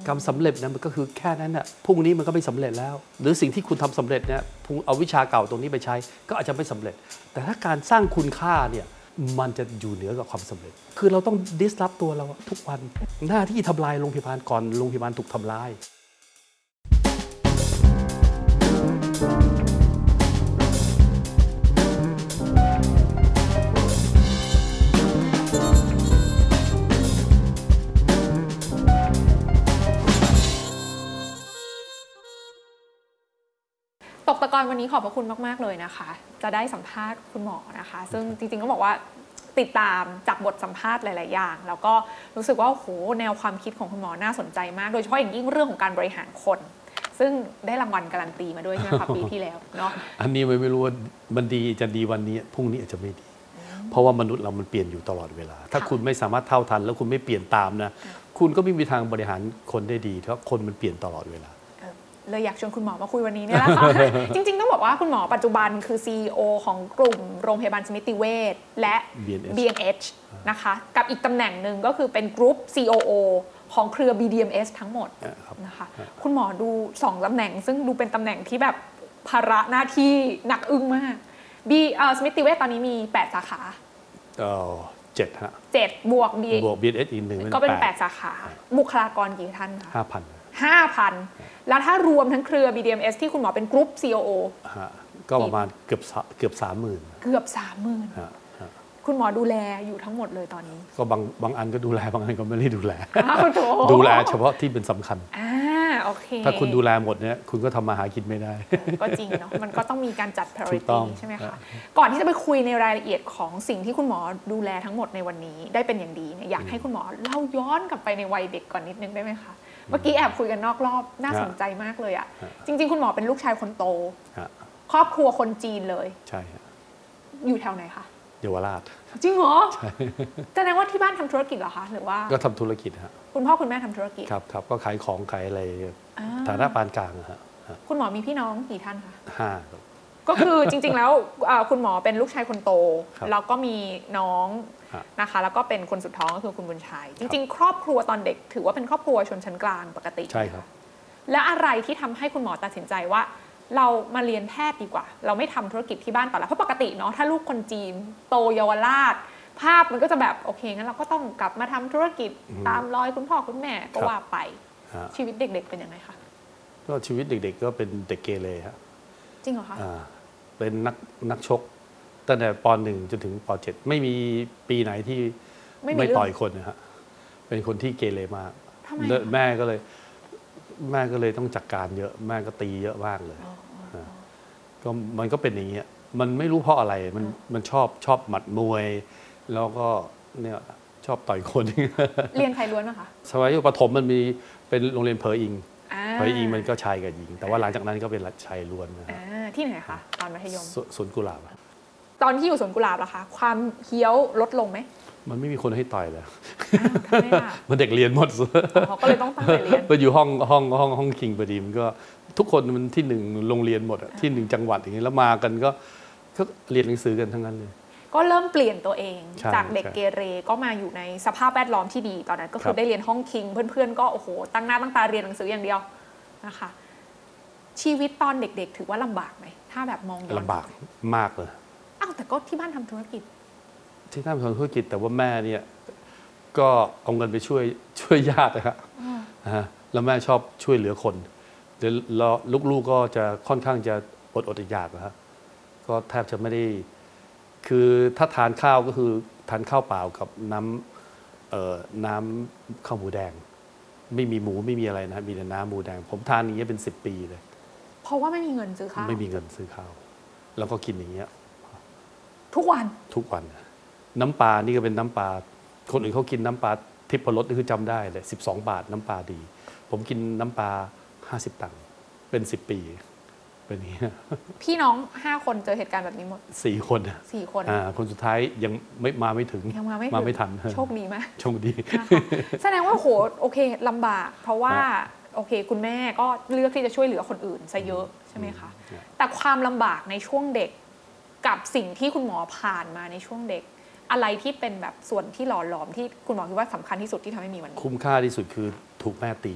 ความสำเร็จนะมันก็คือแค่นั้นน่ะพรุ่งนี้มันก็ไม่สำเร็จแล้วหรือสิ่งที่คุณทำสำเร็จเนี่ยเอาวิชาเก่าตรงนี้ไปใช้ก็อาจจะไม่สำเร็จแต่ถ้าการสร้างคุณค่าเนี่ยมันจะอยู่เหนือกับความสำเร็จคือเราต้องดิสรับตัวเราทุกวันหน้าที่ทำลายโรงพยาบาลก่อนโรงพยาบาลถูกทำลายตกตะกอนวันนี้ขอบพระคุณมากๆเลยนะคะจะได้สัมภาษณ์คุณหมอนะคะซึ่งจริงๆก็บอกว่าติดตามจากบทสัมภาษณ์หลายๆอย่างแล้วก็รู้สึกว่าโอ้โหแนวความคิดของคุณหมอน่าสนใจมากโดยเฉพาะอย่างยิ่งเรื่องของการบริหารคนซึ่งได้รางวัลการันตีมาด้วยใช่ไหมคะ ปีที่แล้วเนาะอันนี้ไม่รู้ว่ามันดีจะดีวันนี้พรุ่งนี้อาจจะไม่ดีเพราะว่ามนุษย์เรามันเปลี่ยนอยู่ตลอดเวลาถ้าคุณไม่สามารถเท่าทันแล้วคุณไม่เปลี่ยนตามนะคุณก็ไม่มีทางบริหารคนได้ดีเพราะคนมันเปลี่ยนตลอดเวลาเลยอยากชวนคุณหมอมาคุยวันนี้เนี่ยแหละค่ะ จริงๆต้องบอกว่าคุณหมอปัจจุบันคือ CEO ของกลุ่มโรงพยาบาลสมิติเวชและ B&H นะคะกับอีกตำแหน่งหนึ่งก็คือเป็นกรุ๊ป COO ของเครือ BDMS ทั้งหมดนะคะคุณหมอดู2ตำแหน่งซึ่งดูเป็นตำแหน่งที่แบบภาระหน้าที่หนักอึ้งมากสมิติเวชตอนนี้มี8สาขา 7 ฮะ 7บวก B&H อีก1 ก็เป็น8สาขาบุคลากรกี่ท่านคะ 5,000 แล้วถ้ารวมทั้งเครือ BDMS ที่คุณหมอเป็นกรุ๊ป COO ก็ประมาณเกือบ 30,000 เกือบ 30,000 คุณหมอดูแลอยู่ทั้งหมดเลยตอนนี้ก็บางอันก็ดูแลบางอันก็ไม่ได้ดูแลดูแลเฉพาะที่เป็นสำคัญโอเคถ้าคุณดูแลหมดเนี่ยคุณก็ทำมาหากินไม่ได้ก็จริงเนาะมันก็ต้องมีการจัด priority ใช่ไหมคะก่อนที่จะไปคุยในรายละเอียดของสิ่งที่คุณหมอดูแลทั้งหมดในวันนี้ได้เป็นอย่างดีเนี่ยอยากให้คุณหมอเล่าย้อนกลับไปในวัยเด็กก่อนนิดนึงได้ไหมคะเมื่อกี้แอบคุยกันนอกรอบน่าสนใจมากเลยอ่ะจริงๆคุณหมอเป็นลูกชายคนโตครอบครัวคนจีนเลยใช่อยู่แถวไหนคะเยาวราชจริงเหรอใช่แสดงว่าที่บ้านทำธุรกิจเหรอคะหรือว่าก็ทำธุรกิจฮะคุณพ่อคุณแม่ทำธุรกิจครับก็ขายของขายอะไรฐานะปานกลางฮะคุณหมอมีพี่น้องกี่ท่านคะ 5ครับก็คือจริงๆแล้วคุณหมอเป็นลูกชายคนโตแล้วก็มีน้องนะคะแล้วก็เป็นคนสุดท้องก็คือคุณบุญชัยจริงๆครอบครัวตอนเด็กถือว่าเป็นครอบครัวชนชั้นกลางปกติใช่ครับและอะไรที่ทำให้คุณหมอตัดสินใจว่าเรามาเรียนแพทย์ดีกว่าเราไม่ทำธุรกิจที่บ้านต่อแล้วเพราะปกติเนาะถ้าลูกคนจีนโตเยาวราชภาพมันก็จะแบบโอเคงั้นเราก็ต้องกลับมาทำธุรกิจตามรอยคุณพ่อคุณแม่ก็ว่าไปชีวิตเด็กๆเป็นยังไงคะก็ชีวิตเด็กๆก็เป็นเด็กเกเรครับจริงเหรอคะเป็นนักชกตั้งแต่ป .1 จนถึงป .7 ไม่มีปีไหนที่ไม่ต่อยคนนะฮะเป็นคนที่เกเรมากแม่ก็เลยต้องจัดการเยอะแม่ก็ตีเยอะมากเลยก็มันก็เป็นอย่างเงี้ยมันไม่รู้เพราะอะไรมันชอบหมัดมวยแล้วก็เนี่ยชอบต่อยคนเรียนไทยล้วนไหมคะสมัยประถมมันมีเป็นโรงเรียนเพออิงมันก็ชายกับหญิงแต่ว่าหลังจากนั้นก็เป็นชายล้วนนะที่ไหนคะตอนมัธยมสวนกุหลาบตอนที่อยู่สวนกุหลาบล่ะคะความเฮี้ยวลดลงไหมมันไม่มีคนให้ต่อยเลยมันเด็กเรียนหมดเขาก็เลยต้องตั้งใจเรียนไปอยู่ห้องคิงพอดีมันก็ทุกคนมันที่1โรงเรียนหมดที่1จังหวัดอย่างนี้แล้วมากันก็เรียนหนังสือกันทั้งนั้นเลยก็เริ่มเปลี่ยนตัวเองจากเด็กเกเรก็มาอยู่ในสภาพแวดล้อมที่ดีตอนนั้นก็คือได้เรียนห้องคิงเพื่อนๆก็โอ้โหตั้งหน้าตั้งตาเรียนหนังสืออย่างเดียวนะคะชีวิตตอนเด็กๆถือว่าลำบากไหมถ้าแบบมองย้อนลำบากมากเลยแต่ก็ที่บ้านทำธุรกิจที่บ้านทำธุรกิจแต่ว่าแม่เนี่ยก็เอาเงินไปช่วยญาตินะครับแล้วแม่ชอบช่วยเหลือคนแล้วลูกๆก็จะค่อนข้างจะอดอยากนะครับก็แทบจะไม่ได้คือถ้าทานข้าวก็คือทานข้าวเปล่ากับน้ำข้าวหมูแดงไม่มีหมูไม่มีอะไรนะมีแต่น้ำหมูแดงผมทานอย่างเงี้ยเป็น10 ปีเลยเพราะว่าไม่มีเงินซื้อข้าวไม่มีเงินซื้อข้าวแล้วก็กินอย่างเงี้ยทุกวันน้ำปลานี่ก็เป็นน้ำปลาคนอื่นเขากินน้ำปลาทิพรสนี่คือจำได้เลย12 บาทน้ำปลาดีผมกินน้ำปลา50 ตังค์เป็น10 ปีเป็นอย่างนี้พี่น้อง5 คนเจอเหตุการณ์แบบนี้หมด 4 คนคนสุดท้ายยังไม่ถึงมาไม่ทันโชคดีมากโชคดีแสดงว่าโอเคลำบากเพราะว่าโอเคคุณแม่ก็เลือกที่จะช่วยเหลือคนอื่นซะเยอะใช่ไหมคะแต่ความลำบากในช่วงเด็กกับสิ่งที่คุณหมอผ่านมาในช่วงเด็กอะไรที่เป็นแบบส่วนที่หล่อหลอมที่คุณหมอคิดว่าสำคัญที่สุดที่ทำให้มีวันนี้คุ้มค่าที่สุดคือถูกแม่ตี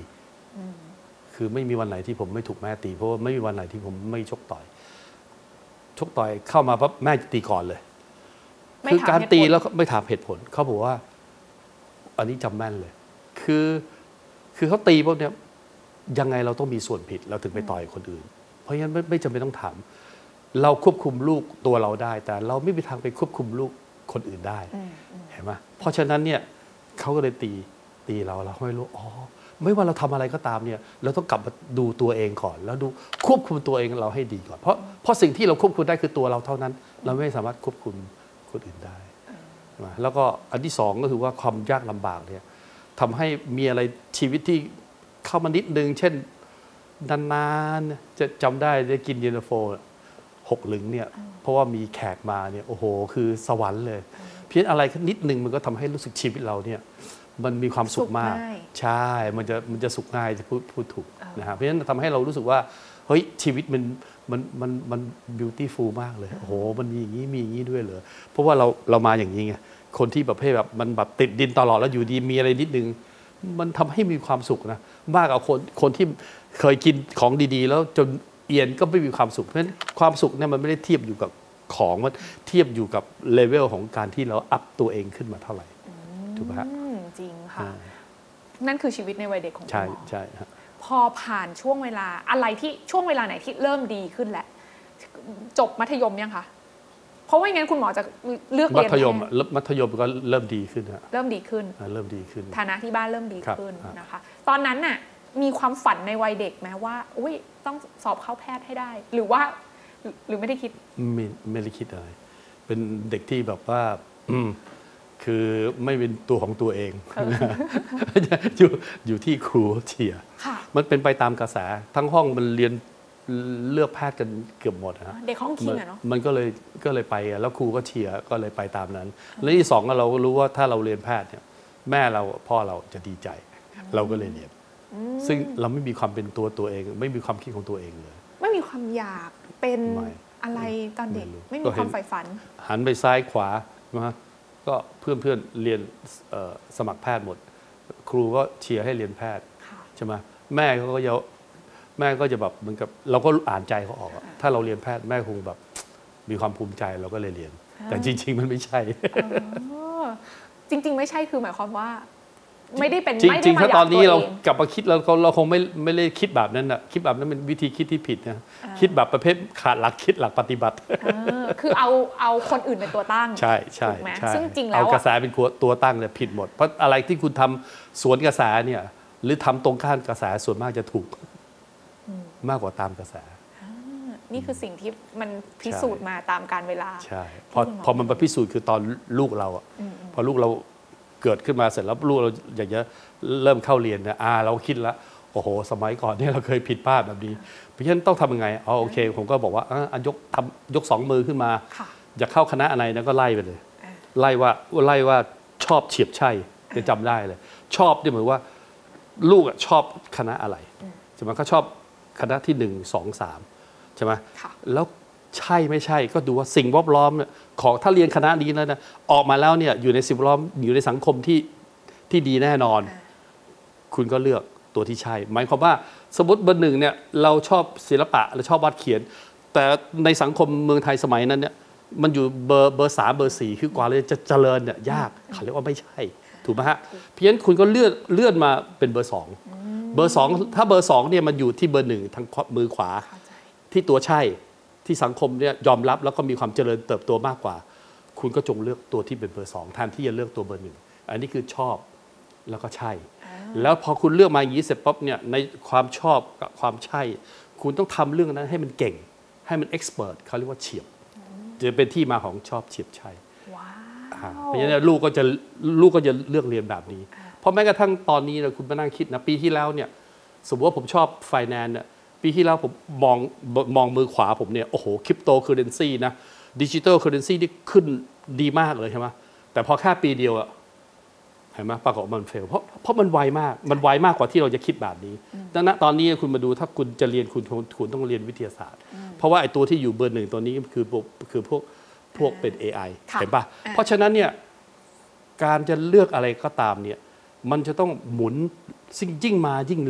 คือไม่มีวันไหนที่ผมไม่ถูกแม่ตีเพราะว่าไม่มีวันไหนที่ผมไม่ชกต่อยเข้ามาปั๊บแม่ตีก่อนเลยคือการตีแล้วไม่ถามเหตุผลเขาบอกว่าอันนี้จำแม่นเลยคือเขาตีปุ๊บเนี่ยยังไงเราต้องมีส่วนผิดเราถึงไปต่อยคนอื่นเพราะฉะนั้นไม่จำเป็นต้องถามเราควบคุมลูกตัวเราได้แต่เราไม่มีทางไปควบคุมลูกคนอื่นได้เห็นไหมเพราะฉะนั้นเนี่ยเขาก็เลยตีเราไม่รู้ไม่ว่าเราทำอะไรก็ตามเนี่ยเราต้องกลับมาดูตัวเองก่อนแล้วดูควบคุมตัวเองเราให้ดีก่อนเพราะสิ่งที่เราควบคุมได้คือตัวเราเท่านั้นเราไม่สามารถควบคุมคนอื่นได้แล้วก็อันที่สองก็คือว่าความยากลำบากเนี่ยทำให้มีอะไรชีวิตที่เข้ามานิดนึงเช่นนานๆจะจำได้กินเย็นตาโฟ6 ลึงเนี่ยเพราะว่ามีแขกมาเนี่ยโอ้โหคือสวรรค์เลยเพียงอะไรนิดนึงมันก็ทำให้รู้สึกชีวิตเราเนี่ยมันมีความสุขมากใช่มันจะสุขง่ายจะพูดถูกนะฮะเพราะฉะนั้นทำให้เรารู้สึกว่าเฮ้ยชีวิตมันบิวตี้ฟูลมากเลยโอ้โหมันมีอย่างนี้ด้วยเหรอเพราะว่าเรามาอย่างนี้ไงคนที่ประเภทแบบมันแบบติดดินตลอดแล้วอยู่ดีมีอะไรนิดนึงมันทำให้มีความสุขนะมากกว่าคนที่เคยกินของดีๆแล้วจนเอียนก็ไม่มีความสุขเพราะฉะนั้นความสุขเนี่ยมันไม่ได้เทียบอยู่กับของมันเทียบอยู่กับเลเวลของการที่เราอัพตัวเองขึ้นมาเท่าไหร่ถูกไหมฮะจริงค่ะนั่นคือชีวิตในวัยเด็กของคุณหมอใช่ครับพอผ่านช่วงเวลาอะไรที่ช่วงเวลาไหนที่เริ่มดีขึ้นแหละจบมัธยมยังคะเพราะว่างั้นคุณหมอจะเลือกเรียนมัธยมก็เริ่มดีขึ้นเริ่มดีขึ้นฐานะที่บ้านเริ่มดีขึ้นนะคะตอนนั้นน่ะมีความฝันในวัยเด็กไหมว่าอุ้ยต้องสอบเข้าแพทย์ให้ได้หรือไม่ได้คิดไม่ได้คิดอะไรเป็นเด็กที่แบบว่าคือไม่เป็นตัวของตัวเองอยู่ที่ครูเชียร์มันเป็นไปตามกระแสทั้งห้องมันเรียนเลือกแพทย์กันเกือบหมดนะเด็กห้องคิงอะเนาะมันก็เลยไปแล้วครูก็เชียร์ก็เลยไปตามนั้นและที่สองเราก็รู้ว่าถ้าเราเรียนแพทย์เนี่ยแม่เราพ่อเราจะดีใจเราก็เลยเรียนซึ่งเราไม่มีความเป็นตัวเองไม่มีความคิดของตัวเองเลยไม่มีความอยากเป็นอะไรตอนเด็กไม่มีความใฝ่ฝันหันไปซ้ายขวานะก็เพื่อนเรียนสมัครแพทย์หมดครูก็เชียร์ให้เรียนแพทย์ใช่ไหมแม่ก็จะแบบเหมือนกับเราก็อ่านใจเขาออกถ้าเราเรียนแพทย์แม่คงแบบมีความภูมิใจเราก็เลยเรียนแต่จริงๆมันไม่ใช่จริงๆไม่ใช่คือหมายความว่าไม่ได้เป็นจริงๆถ้าตอนนี้เรากลับมาคิดเราคงไม่ได้คิดแบบนั้นนะคิดแบบนั้นเป็นวิธีคิดที่ผิดนะคิดแบบประเภทขาดหลักคิดหลักปฏิบัติคือเอาคนอื่นเป็นตัวตั้งใช่ซึ่งจริงแล้วเอากระแสเป็นตัวตั้งเนี่ยผิดหมดเพราะอะไรที่คุณทำสวนกระแสเนี่ยหรือทำตรงข้ามกระแสส่วนมากจะถูกมากกว่าตามกระแสนี่คือสิ่งที่มันพิสูจน์มาตามกาลเวลาใช่พอมันมาพิสูจน์คือตอนลูกเราพอลูกเราเกิดขึ้นมาเสร็จแล้วลูกเราอยากจะเริ่มเข้าเรียนเนี่ยเราคิดแล้วโอ้โหสมัยก่อนเนี่ยเราเคยผิดพลาดแบบนี้เพราะฉะนั้นต้องทำยังไงโอเคผมก็บอกว่ายก2 มือขึ้นมาอยากเข้าคณะอะไรนะก็ไล่ไปเลยไล่ว่าชอบเฉียบชัยจะจำได้เลยชอบเนี่ยเหมือนว่าลูกชอบคณะอะไรใช่ไหมเขาชอบคณะที่1 2 3ใช่ไหมแล้วใช่ไม่ใช่ก็ดูว่าสิ่งแวดล้อมเนี่ยของถ้าเรียนคณะนี้แล้วนะออกมาแล้วเนี่ยอยู่ในสิ่งแวดล้อมอยู่ในสังคมที่ดีแน่นอนคุณก็เลือกตัวที่ใช่หมายความว่าสมมติเบอร์ 1เนี่ยเราชอบศิลปะเราชอบวาดเขียนแต่ในสังคมเมืองไทยสมัยนั้นเนี่ยมันอยู่เบอร์ 3เบอร์ 4คือกว่าเราจะเจริญเนี่ยยากเขาเรียกว่าไม่ใช่ถูกไหมฮะเพี้ยนคุณก็เลื่อนมาเป็นเบอร์ 2เบอร์ 2ถ้าเบอร์ 2เนี่ยมันอยู่ที่เบอร์ 1ทางมือขวาที่ตัวใช่ที่สังคมเนี่ยยอมรับแล้วก็มีความเจริญเติบโตมากกว่าคุณก็จงเลือกตัวที่เป็นเบอร์ 2แทนที่จะเลือกตัวเบอร์ 1อันนี้คือชอบแล้วก็ใช่แล้วพอคุณเลือกมาอย่างนี้เสร็จปั๊บเนี่ยในความชอบกับความใช่คุณต้องทำเรื่องนั้นให้มันเก่งให้มันเอ็กซ์เพรสเขาเรียกว่าเฉียบจะเป็นที่มาของชอบเฉียบใช่เพราะฉะนั้นลูกก็จะเลือกเรียนแบบนี้เพราะแม้กระทั่งตอนนี้นะคุณมานั่งคิดนะปีที่แล้วเนี่ยสมมติว่าผมชอบไฟแนนซ์เนี่ยปีที่แล้วผมมองมือขวาผมเนี่ยโอ้โหคริปโตเคอเรนซีนะดิจิตอลเคอเรนซีที่ขึ้นดีมากเลยใช่ไหมแต่พอแค่ปีเดียวอะเห็นไหมปรากฏมันเฟลเพราะมันไวมากกว่าที่เราจะคิดแบบนี้ดังนั้นตอนนี้คุณมาดูถ้าคุณจะเรียนคุณต้องเรียนวิทยาศาสตร์เพราะว่าไอ้ตัวที่อยู่เบอร์ 1ตัวนี้คือพวกเป็น AI เห็นปะเพราะฉะนั้นเนี่ยการจะเลือกอะไรก็ตามเนี่ยมันจะต้องหมุนยิ่งมายิ่งเร็ว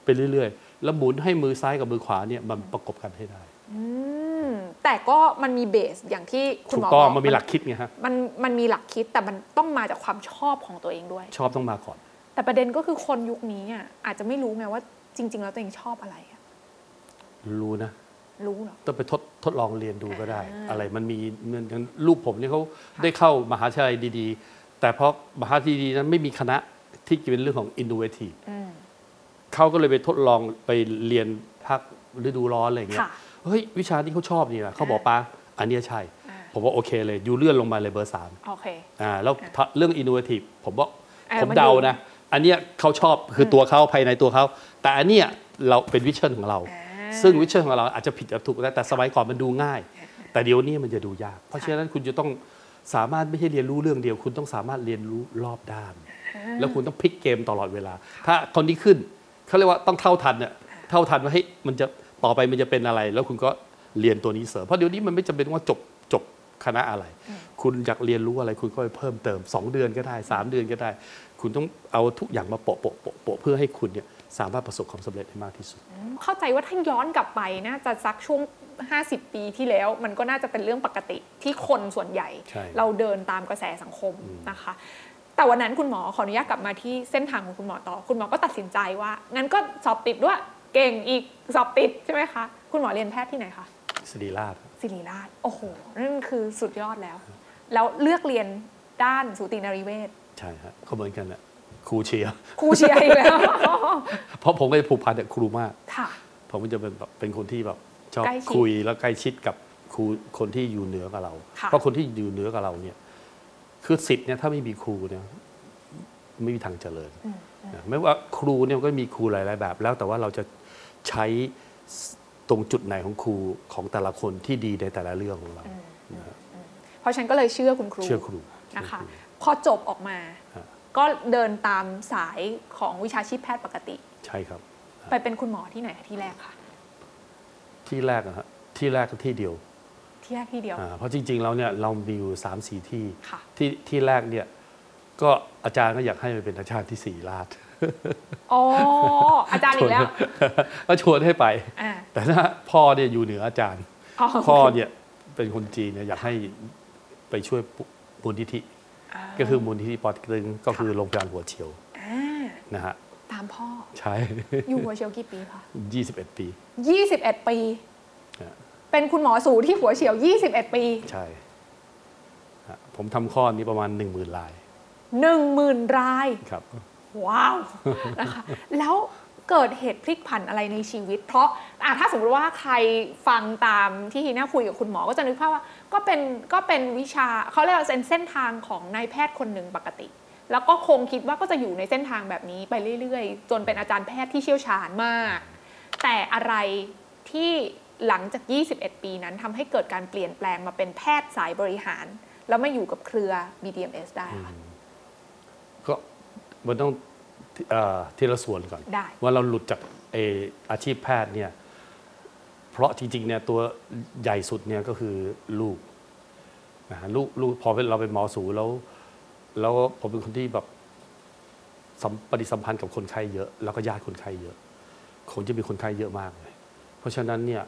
ไปเรื่อยๆแล้วหมุนให้มือซ้ายกับมือขวาเนี่ยมันประกบกันให้ได้แต่ก็มันมีเบสอย่างที่คุณหมอบอกมันมีหลักคิดไงฮะมันมีหลักคิดแต่มันต้องมาจากความชอบของตัวเองด้วยชอบต้องมาก่อนแต่ประเด็นก็คือคนยุคนี้อาจจะไม่รู้ไงว่าจริงๆแล้วตัวเองชอบอะไรรู้นะรู้เหรอต้องไปทดลองเรียนดูก็ได้อะไรมันมีลูกผมเนี่ยเขาได้เข้ามหาวิทยาลัยดีๆแต่เพราะมหาวิทยาลัยดีนั้นไม่มีคณะที่เป็นเรื่องของ innovative เขาก็เลยไปทดลองไปเรียนภาคฤดูร้อนอะไรอย่างเงี้ยเฮ้ยวิชาที่เขาชอบนี่นะเขาบอกป้าอันนี้ใช่ผมว่าโอเคเลยอยู่เลื่อนลงมาเลยเบอร์3 โอเคแล้วเรื่อง innovative ผมเดานะอันเนี้ยเขาชอบคือตัวเขาภายในตัวเขาแต่อันเนี้ยเราเป็นวิชั่นของเราซึ่งวิชั่นของเราอาจจะผิดถูกแต่สมัยก่อนมันดูง่ายแต่เดี๋ยวนี้มันจะดูยากเพราะฉะนั้นคุณจะต้องสามารถไม่ใช่เรียนรู้เรื่องเดียวคุณต้องสามารถเรียนรู้รอบด้านแล้วคุณต้องพลิกเกมตลอดเวลาถ้าคนที่ขึ้นเขาเรียกว่าต้องเท่าทันเนี่ยเท่าทันว่าให้มันจะต่อไปมันจะเป็นอะไรแล้วคุณก็เรียนตัวนี้เสริมเพราะเดี๋ยวนี้มันไม่จำเป็นว่าจบคณะอะไรคุณอยากเรียนรู้อะไรคุณก็ไปเพิ่มเติม2 เดือนก็ได้3 เดือนก็ได้คุณต้องเอาทุกอย่างมาโปะเพื่อให้คุณเนี่ยสามารถประสบความสำเร็จได้มากที่สุดเข้าใจว่าถ้าย้อนกลับไปนะจะสักช่วง50 ปีที่แล้วมันก็น่าจะเป็นเรื่องปกติที่คนส่วนใหญ่เราเดินตามกระแสสังคมนะคะแต่วันนั้นคุณหมอขออนุญาตกลับมาที่เส้นทางของคุณหมอต่อคุณหมอก็ตัดสินใจว่างั้นก็สอบติดด้วยเก่งอีกสอบติดใช่ไหมคะคุณหมอเรียนแพทย์ที่ไหนคะศิริราชโอ้โหนั่นคือสุดยอดแล้วเลือกเรียนด้านสูตินรีเวชใช่ครับเขาเหมือนกันแหละครูเชียร์อีกแล้วเพราะผมก็จะผูกพันกับครูมากค่ะผมก็จะเป็นคนที่แบบชอบคุยแล้วใกล้ชิดกับครูคนที่อยู่เหนือกับเราเพราะคนที่อยู่เหนือกับเราเนี่ยคือศิษย์เนี่ยถ้าไม่มีครูเนี่ยไม่มีทางเจริญไม่ว่าครูเนี่ยก็มีครูหลายๆแบบแล้วแต่ว่าเราจะใช้ตรงจุดไหนของครูของแต่ละคนที่ดีในแต่ละเรื่องของเราเพราะฉันก็เลยเชื่อคุณครูนะคะพอจบออกมาก็เดินตามสายของวิชาชีพแพทย์ปกติใช่ครับไปเป็นคุณหมอที่ไหนที่แรกคะที่แรกนะฮะที่แรกก็ที่เดียวเพราะจริงๆแล้วเนี่ยเรามีอยู่ 3-4 ที่แรกเนี่ยก็อาจารย์ก็อยากให้ไปเป็นอาจารย์ที่ศิริราชอ๋ออาจารย์อีกแล้วก็ชวนให้ไปแต่ถ้าพ่อเนี่ยอยู่เหนืออาจารย์พ่อเนี่ยเป็นคนจีนเนี่ยอยากให้ไปช่วยมูลนิธิก็คือมูลนิธิปอเต็กตึงก็คือโรงพยาบาลหัวเฉียวนะฮะตามพ่อใช่อยู่หัวเฉียวกี่ปีคะ 21 ปี 21 ปีเป็นคุณหมอสูที่หัวเฉียว21 ปีใช่ผมทำข้อนี้ประมาณ 10,000 ราย 10,000 รายครับว้าวนะคะแล้วเกิดเหตุพลิกผันอะไรในชีวิตเพราะถ้าสมมติว่าใครฟังตามที่ฮีน่าคุยกับคุณหมอก็จะนึกภาพว่าก็เป็นวิชาเขาเรียกว่าเส้นทางของนายแพทย์คนหนึ่งปกติแล้วก็คงคิดว่าก็จะอยู่ในเส้นทางแบบนี้ไปเรื่อยๆจนเป็นอาจารย์แพทย์ที่เชี่ยวชาญมากแต่อะไรที่หลังจาก21 ปีนั้นทำให้เกิดการเปลี่ยนแปลงมาเป็นแพทย์สายบริหารแล้วมาอยู่กับเครือ BDMS ได้ค่ะก็มันต้องทีละส่วนก่อนว่าเราหลุดจากอาชีพแพทย์เนี่ยเพราะจริงๆเนี่ยตัวใหญ่สุดเนี่ยก็คือลูกนะลูกพอเราเป็นหมอสูแล้วผมเป็นคนที่แบบปฏิสัมพันธ์กับคนไข้เยอะแล้วก็ญาติคนไข้เยอะคงจะมีคนไข้เยอะมากเลยเพราะฉะนั้นเนี่ย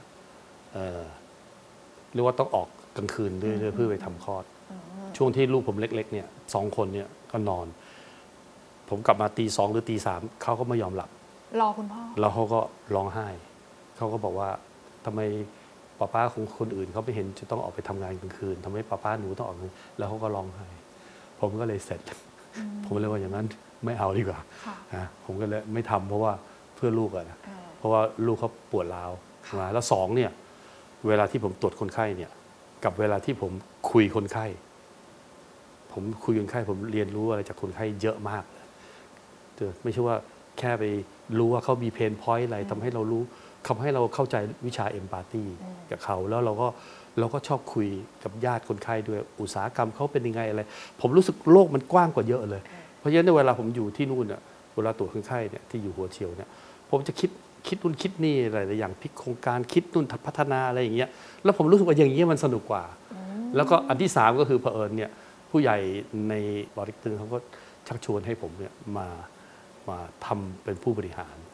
เรียกว่าต้องออกกลางคืนด้วยเพื่อไปทำคลอดช่วงที่ลูกผมเล็กๆเนี่ย2 คนเนี่ยก็นอนผมกลับมาตี 2หรือตี 3เขาก็ไม่ยอมหลับรอคุณพ่อแล้วเขาก็ร้องไห้เขาก็บอกว่าทำไมป้าของคนอื่นเขาไม่เห็นจะต้องออกไปทำงานกลางคืนทำไมป้าหนูต้องออกแล้วเขาก็ร้องไห้ผมก็เลยเสร็จผมเลยว่าอย่างนั้นไม่เอาดีกว่าผมก็เลยไม่ทำเพราะว่าเพื่อลูกอะนะเพราะว่าลูกเขาปวดร้าวมาแล้ว2เนี่ยเวลาที่ผมตรวจคนไข้เนี่ยกับเวลาที่ผมคุยคนไข้ผมคุยคนไข้ผมเรียนรู้อะไรจากคนไข้เยอะมากไม่ใช่ว่าแค่ไปรู้ว่าเขามีเพนพอยต์อะไรทำให้เรารู้ทำให้เราเข้าใจวิชาเอมพาธีกับเขาแล้วเราก็ชอบคุยกับญาติคนไข้ด้วยอุตสาหกรรมเขาเป็นยังไงอะไรผมรู้สึกโลกมันกว้างกว่าเยอะเลยเพราะฉะนั้นในเวลาผมอยู่ที่นู่นเนี่ยเวลาตรวจคนไข้เนี่ยที่อยู่หัวเฉียวเนี่ยผมจะคิดนู่นคิดนี่อะไรหลายอย่างพลิกโครงการคิดนู่นพัฒนาอะไรอย่างเงี้ยแล้วผมรู้สึกว่าอย่างนี้มันสนุกกว่าแล้วก็อันที่3ก็คือเผอิญเนี่ยผู้ใหญ่ในปอเต็กตึงเขาก็ชักชวนให้ผมเนี่ยมาทำเป็นผู้บริหาร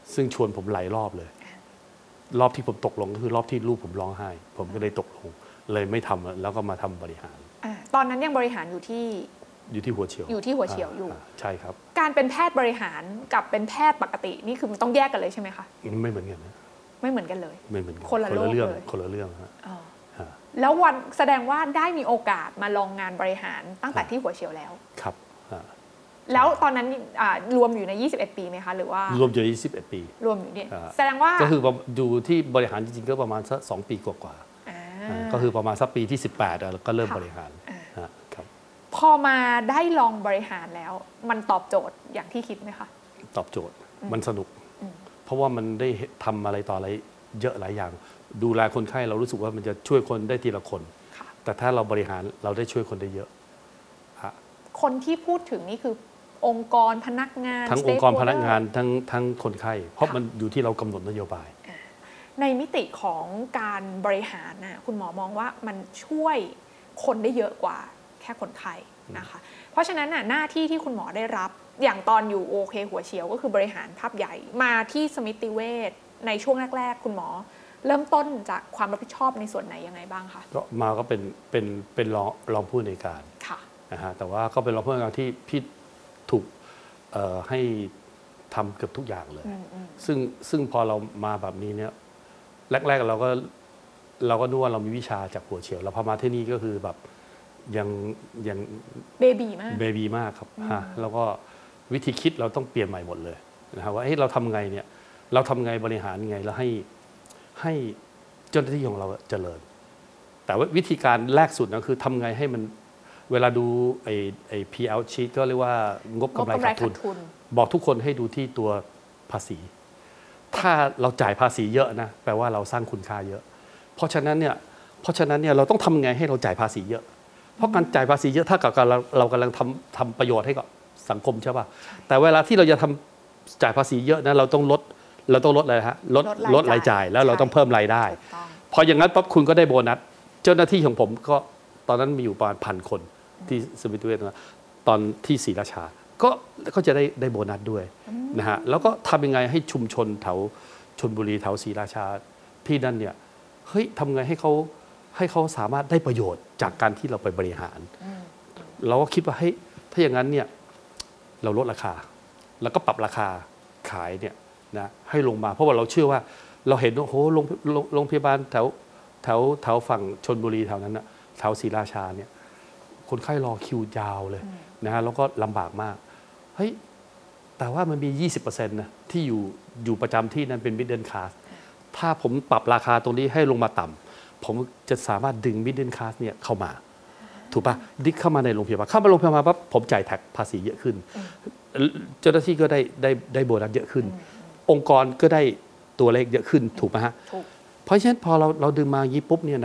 ซึ่งชวนผมหลายรอบเลย รอบที่ผมตกลงก็คือรอบที่ลูกผมร้องไห้ผมก็เลยตกลงเลยไม่ทำแล้วก็มาทำบริหารตอนนั้นยังบริหารอยู่ที่หัวเฉียวอยู่ใช่ครับการเป็นแพทย์บริหารกับเป็นแพทย์ปกตินี่คือมันต้องแยกกันเลยใช่ไหมคะไม่เหมือนกันนะไม่เหมือนกันเลยไม่เหมือนกันคนละเรื่องคนละเรื่องฮะแล้ววันแสดงว่าได้มีโอกาสมาลองงานบริหารตั้งแต่ที่หัวเฉียวแล้วครับแล้วตอนนั้นรวมอยู่ใน21ปีไหมคะหรือว่ารวมอยู่ใน21ปีรวมอยู่เนี่ยแสดงว่าก็คือดูที่บริหารจริงๆก็ประมาณสัก2 ปีกว่าก็คือประมาณสักปีที่18แล้วก็เริ่มบริหารครับพอมาได้ลองบริหารแล้วมันตอบโจทย์อย่างที่คิดไหมคะตอบโจทย์มันสนุกเพราะว่ามันได้ทำอะไรต่ออะไรเยอะหลายอย่างดูแลคนไข้เรารู้สึกว่ามันจะช่วยคนได้ทีละคนแต่ถ้าเราบริหารเราได้ช่วยคนได้เยอะคนที่พูดถึงนี่คือองค์กรพนักงานทั้งองค์กรพนักงานทั้งคนไข้เพราะมันอยู่ที่เรากำหนดนโยบายในมิติของการบริหารนะคุณหมอมองว่ามันช่วยคนได้เยอะกว่าแค่คนไข้นะคะเพราะฉะนั้นหน้าที่ที่คุณหมอได้รับอย่างตอนอยู่โอเคหัวเฉียวก็คือบริหารภาพใหญ่มาที่สมิติเวชในช่วงแรกๆคุณหมอเริ่มต้นจากความรับผิดชอบในส่วนไหนยังไงบ้างคะก็มาก็เป็นรองผู้อำนวยการนะฮะแต่ว่าก็เป็นรองผู้อำนวยการที่พี่ถูกให้ทำเกือบทุกอย่างเลยซึ่งพอเรามาแบบนี้เนี่ยแรกๆเราก็นึกว่าเรามีวิชาจากหัวเฉียวแล้วพอมาที่นี่ก็คือแบบยังเบบีมากครับแล้วก็วิธีคิดเราต้องเปลี่ยนใหม่หมดเลยนะครับว่าเราทำไงเนี่ยเราทำไงบริหารไงแล้วให้เจ้าหน้าที่ของเราเจริญแต่ว่าวิธีการแรกสุดนะคือทำไงให้มันเวลาดูไอ้ P/L sheet ก็เรียกว่างบกำไรขาดทุนบอกทุกคนให้ดูที่ตัวภาษีถ้าเราจ่ายภาษีเยอะนะแปลว่าเราสร้างคุณค่าเยอะเพราะฉะนั้นเนี่ยเราต้องทำไงให้เราจ่ายภาษีเยอะเพราะการจ่ายภาษีเยอะถ้ากับเรากำลังทำประโยชน์ให้กับสังคมใช่ป่ะแต่เวลาที่เราจะทำจ่ายภาษีเยอะนะเราต้องลดอะไรฮะลดรายจ่ายแล้วเราต้องเพิ่มรายได้พออย่างนั้นปั๊บคุณก็ได้โบนัสเจ้าหน้าที่ของผมก็ตอนนั้นมีอยู่ประมาณ1,000 คนที่สมิติเวชนะตอนที่ศรีราชาก็จะได้โบนัสด้วยนะฮะแล้วก็ทำยังไงให้ชุมชนแถวชลบุรีแถวศรีราชาที่นั่นเนี่ยเฮ้ยทำไงให้เขาสามารถได้ประโยชน์จากการที่เราไปบริหารเราก็คิดว่าเฮ้ยถ้าอย่างนั้นเนี่ยเราลดราคาแล้วก็ปรับราคาขายเนี่ยนะให้ลงมาเพราะว่าเราเชื่อว่าเราเห็นโอ้โหโรงพยาบาลแถวฝั่งชลบุรีแถวนั้นนะแถวศรีราชาเนี่ยคนไข้รอคิวยาวเลยนะฮะแล้วก็ลำบากมากเฮ้ยแต่ว่ามันมี 20% นะที่อยู่ประจำที่นั้นเป็น middle class ถ้าผมปรับราคาตรงนี้ให้ลงมาต่ำผมจะสามารถดึง middle class เนี่ยเข้ามาถูกปะดิเข้ามาในโรงพยาบาลเข้ามาโรงพยาบาลปั๊บผมจ่ายแท็กภาษีเยอะขึ้นเจ้าหน้าที่ก็ได้โบนัสเยอะขึ้นองค์กรก็ได้ตัวเลขเยอะขึ้นถูกไหมฮะเพราะฉะนั้นพอเราดึงมาอย่างนี้ปุ๊บเนี่ยนะ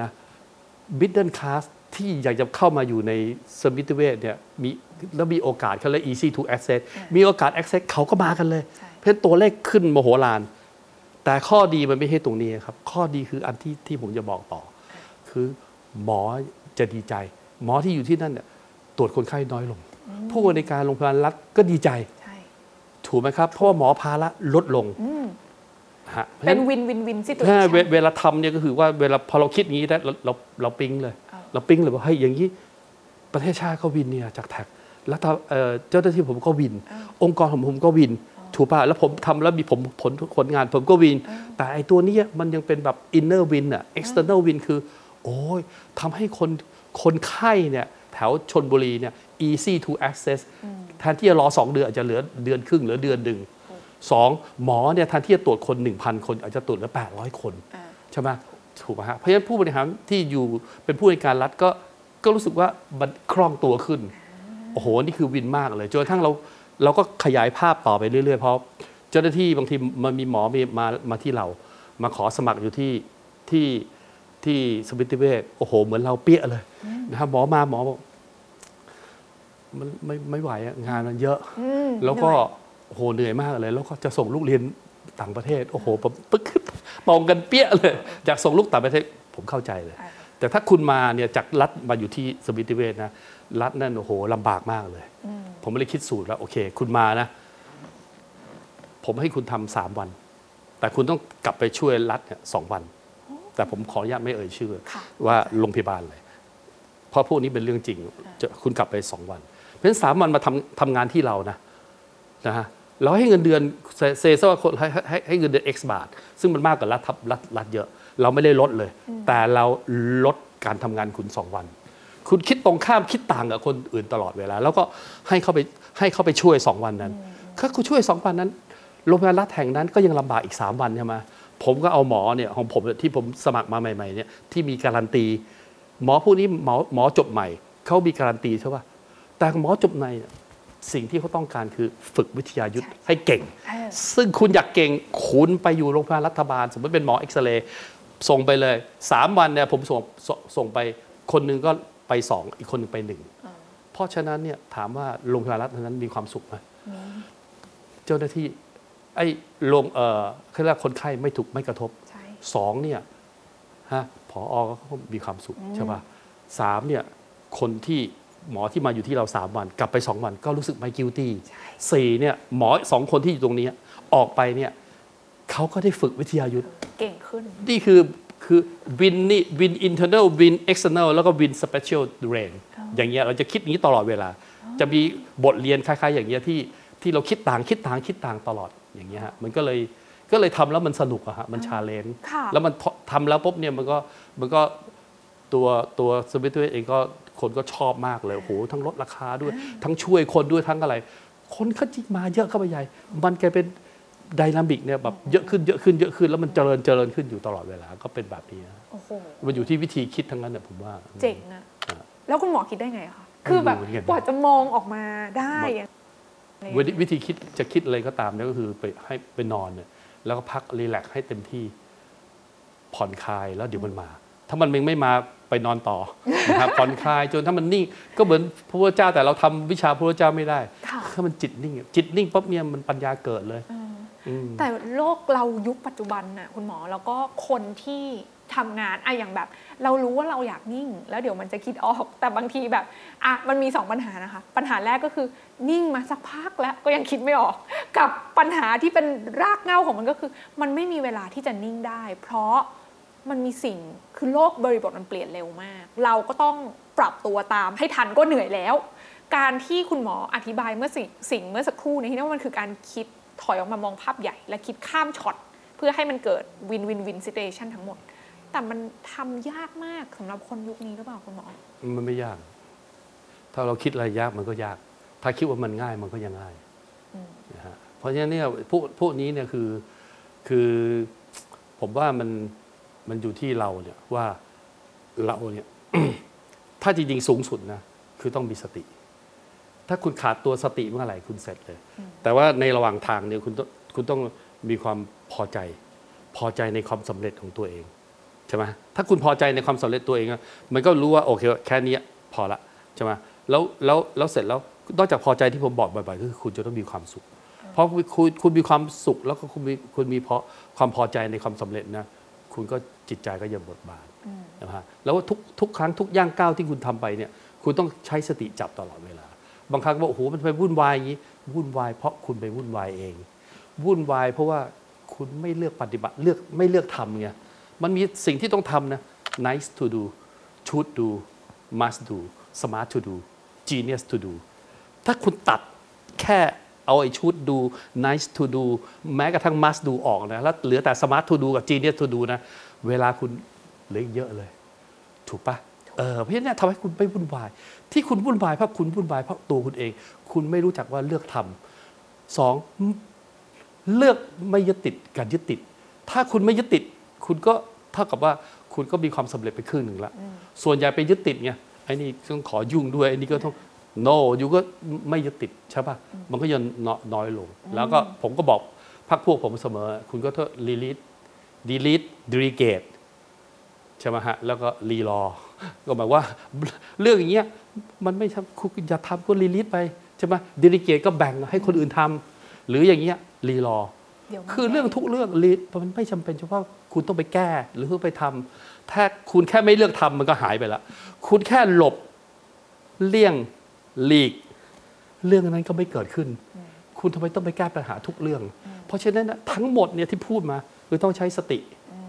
middle class ที่อยากจะเข้ามาอยู่ในสมิติเวชเนี่ยมีโอกาสเขาเรียก easy to access มีโอกาส access เขาก็มากันเลยเพราะตัวเลขขึ้นมโหฬารแต่ข้อดีมันไม่ใช่ตรงนี้ครับข้อดีคืออันที่ผมจะบอกต่อคือหมอจะดีใจหมอที่อยู่ที่นั่นเนี่ยตรวจคนไข้น้อยลงผู้บริการโรงพยาบาลรัฐก็ดีใจถูกไหมครับเพราะว่าหมอภาระลดลงเป็นวินสิตัวเวลาทำเนี่ยก็คือว่าเวลาพอเราคิดอย่างนี้ได้เราปิ๊งเลยว่าเฮ้ยอย่างนี้ประเทศชาติก็วินเนี่ยจากแท็กแล้วเจ้าหน้าที่ผมก็วินองค์กรของผมก็วินถูกป่ะแล้วผมทำแล้วมีผลงานผมก็วินแต่ไอ้ตัวนี้มันยังเป็นแบบ inner win อ่ะ external win คือโอ้ยทำให้คนไข้เนี่ยแถวชลบุรีเนี่ย easy to access แทนที่จะรอ2 เดือนอาจจะเหลือเดือนครึ่งหรือเดือนหนึ่ง2หมอเนี่ยแทนที่จะตรวจคน 1,000 คนอาจจะตรวจเหลือ800 คนใช่ไหมถูกไหมฮะเพราะฉะนั้นผู้บริหารที่อยู่เป็นผู้ในการรัฐก็รู้สึกว่ามันคล่องตัวขึ้นโอ้โหนี่คือวินมากเลยจนกระทั่งเราก็ขยายภาพต่อไปเรื่อยๆเพราะเจ้าหน้าที่บางทีมันมีหมอมาที่เรามาขอสมัครอยู่ที่สมิติเวชโอ้โหเหมือนเราเปี้ยเลยนะครับหมอบอกมันไม่ไหวงานมันเยอะแล้วก็โอ้โหเหนื่อยมากเลยแล้วก็จะส่งลูกเรียนต่างประเทศโอ้โหผมปึ๊กมองกันเปี้ยเลยอยากส่งลูกต่างประเทศผมเข้าใจเลยแต่ถ้าคุณมาเนี่ยจากรัฐมาอยู่ที่สมิติเวชนะรัฐนั่นโอ้โหลำบากมากเลยผมไม่ได้คิดสูตรแล้วโอเคคุณมานะผมให้คุณทำ3 วันแต่คุณต้องกลับไปช่วยรัฐเนี่ย2 วันแต่ผมขออนุญาตไม่เอ่ยชื่อค่ะว่าโรงพยาบาลอะไรเพราะพวกนี้เป็นเรื่องจริงคุณกลับไป2 วันเพราะฉะนั้น3 วันมาทำงานที่เรานะฮะเราให้เงินเดือนเซซะว่าคนให้เงินเดือน X บาทซึ่งมันมากกว่ารัฐเยอะเราไม่ได้ลดเลยแต่เราลดการทำงานคุณ2 วันคุณคิดตรงข้ามคิดต่างกับคนอื่นตลอดเวลาแล้วก็ให้เขาไปช่วย2 วันนั้นถ้าคุณช่วย2 วันนั้นโรงพยาบาลรัฐแห่งนั้นก็ยังลำบากอีก3 วันใช่ไหมผมก็เอาหมอเนี่ยของผมที่ผมสมัครมาใหม่ๆเนี่ยที่มีการันตีหมอพวกนี้หมอจบใหม่เขามีการันตีใช่ป่ะแต่หมอจบในสิ่งที่เขาต้องการคือฝึกวิทยายุทธให้เก่งซึ่งคุณอยากเก่งคุณไปอยู่โรงพยาบาลรัฐบาลสมมติเป็นหมอเอ็กซเรย์ส่งไปเลย3 วันเนี่ยผมส่งไปคนนึงก็ไป2อีกคนนึงไป1เพราะฉะนั้นเนี่ยถามว่าโรงพยาบาลรัฐนั้นมีความสุขไหมเจ้าหน้าที่ไอ้เขาเรียกคนไข้ไม่กระทบ2เนี่ยผอ.ก็มีความสุขใช่ป่ะ3เนี่ยคนที่หมอที่มาอยู่ที่เรา3 วันกลับไป2 วันก็รู้สึกไม่ guilty 4เนี่ยหมอ2 คนที่อยู่ตรงนี้ออกไปเนี่ยเขาก็ได้ฝึกวิทยายุทธเก่งขึ้นนี่คือwin internal win external แล้วก็ win special range อย่างเงี้ยเราจะคิดนี้ตลอดเวลาจะมีบทเรียนคล้ายๆอย่างเงี้ยที่เราคิดต่างตลอดอย่างเงี้ยฮะมันก็เลยทำแล้วมันสนุกอะฮะมันชาเลนจ์แล้วมันทำแล้วปุ๊บเนี่ยมันก็ตัวสวิตเองก็คนก็ชอบมากเลยโอ้โหทั้งลดราคาด้วยทั้งช่วยคนด้วยทั้งอะไรคนก็จิมาเยอะเข้าไปใหญ่มันกลายเป็นไดนามิกเนี่ยแบบเยอะขึ้นแล้วมันเจริญขึ้นอยู่ตลอดเวลาก็เป็นแบบนี้มันอยู่ที่วิธีคิดทั้งนั้นเนี่ยผมว่าเจ๋งอะแล้วคุณหมอคิดได้ไงคะคือแบบกว่าจะมองออกมาได้วิธีจะคิดอะไรก็ตามเนี่ยก็คือไปนอนเนี่ยแล้วก็พักรีแลกซ์ให้เต็มที่ผ่อนคลายแล้วเดี๋ยวมันมาถ้ามันไม่มาไปนอนต่อนะครับผ่อนคลายจนถ้ามันนิ่งก็เหมือนพระพุทธเจ้าแต่เราทำวิชาพระพุทธเจ้าไม่ได้ถ้ามันจิตนิ่งปั๊บเนี่ยมันปัญญาเกิดเลยแต่โลกเรายุคปัจจุบันน่ะคุณหมอแล้วก็คนที่ทำงานอย่างแบบเรารู้ว่าเราอยากนิ่งแล้วเดี๋ยวมันจะคิดออกแต่บางทีแบบมันมี2 ปัญหานะคะปัญหาแรกก็คือนิ่งมาสักพักแล้วก็ยังคิดไม่ออกกับปัญหาที่เป็นรากเหง้าของมันก็คือมันไม่มีเวลาที่จะนิ่งได้เพราะมันมีสิ่งคือโลกบริบทมันเปลี่ยนเร็วมากเราก็ต้องปรับตัวตามให้ทันก็เหนื่อยแล้วการที่คุณหมออธิบายเมื่อสักครู่นี้ที่ว่ามันคือการคิดถอยออกมามองภาพใหญ่และคิดข้ามช็อตเพื่อให้มันเกิดวินซิทูเอชันทั้งหมดแต่มันทำยากมากสำหรับคนยุคนี้หรือเปล่าคุณหมอมันไม่ยากถ้าเราคิดอะไรยากมันก็ยากถ้าคิดว่ามันง่ายมันก็ยังง่ายนะฮะเพราะฉะนั้นเนี่ยพวกนี้เนี่ยคือผมว่ามันอยู่ที่เราเนี่ยว่าเราเนี่ย ถ้าจริงๆสูงสุดนะคือต้องมีสติถ้าคุณขาดตัวสติเมื่อไหร่คุณเสร็จเลยแต่ว่าในระหว่างทางเนี่ยคุณต้องมีความพอใจในความสำเร็จของตัวเองใช่ไหมถ้าคุณพอใจในความสำเร็จตัวเองมันก็รู้ว่าโอเคแค่นี้พอละใช่ไหมแล้วเสร็จแล้วนอกจากพอใจที่ผมบอกบ่อยๆก็คือคุณจะต้องมีความสุขเพราะคุณมีความสุขแล้วก็คุณมีเพราะความพอใจในความสำเร็จนะคุณก็จิตใจก็ยังเบิกบานนะฮะแล้วทุกครั้งทุกย่างก้าวที่คุณทำไปเนี่ยคุณต้องใช้สติจับตลอดเวลาบางครั้งก็บอกโอ้โหมันไปวุ่นวายอย่างนี้วุ่นวายเพราะคุณไปวุ่นวายเองวุ่นวายเพราะว่าคุณไม่เลือกปฏิบัติไม่เลือกทำไงมันมีสิ่งที่ต้องทำนะ nice to do should do must do smart to do genius to do ถ้าคุณตัดแค่เอาไอ้ should do nice to do แม้กระทั่ง must do ออกนะแล้วเหลือแต่ smart to do กับ genius to do นะเวลาคุณเหลือเยอะเลยถูกปะเพราะฉะนั้นทำให้คุณไม่วุ่นวายที่คุณวุ่นวายเพราะคุณวุ่นวายเพราะตัวคุณเองคุณไม่รู้จักว่าเลือกทำ2เลือกไม่ยึดติดการยึดติดถ้าคุณไม่ยึดติดคุณก็เท่ากับว่าคุณก็มีความสำเร็จไปครึ่งหนึ่งละส่วนใหญ่ไปยึดติดไงไอ้นี่ต้องขอยุ่งด้วยไอ้นี่ก็ต้อง no อยู่ก็ไม่ยึดติดใช่ป่ะมันก็ยังน้อยลงแล้วก็ผมก็บอกพรรคพวกผมเสมอคุณก็ต้อง delete delegate ใช่ไหมฮะแล้วก็รีรอก็หมายว่าเรื่องอย่างเงี้ยมันไม่ทำคุณอย่าทำก็รีลิสไปใช่ไหมดีลิเกตก็แบ่งให้คนอื่นทำหรืออย่างเงี้ยรีรอคือเรื่องทุกเรื่องมันไม่จำเป็นเฉพาะคุณต้องไปแก้หรือไปทำถ้าคุณแค่ไม่เลือกทำมันก็หายไปละคุณแค่หลบเลี่ยงหลีกเรื่องนั้นก็ไม่เกิดขึ้นคุณทำไมต้องไปแก้ปัญหาทุกเรื่องเพราะฉะนั้นทั้งหมดเนี่ยที่พูดมาคือต้องใช้สติ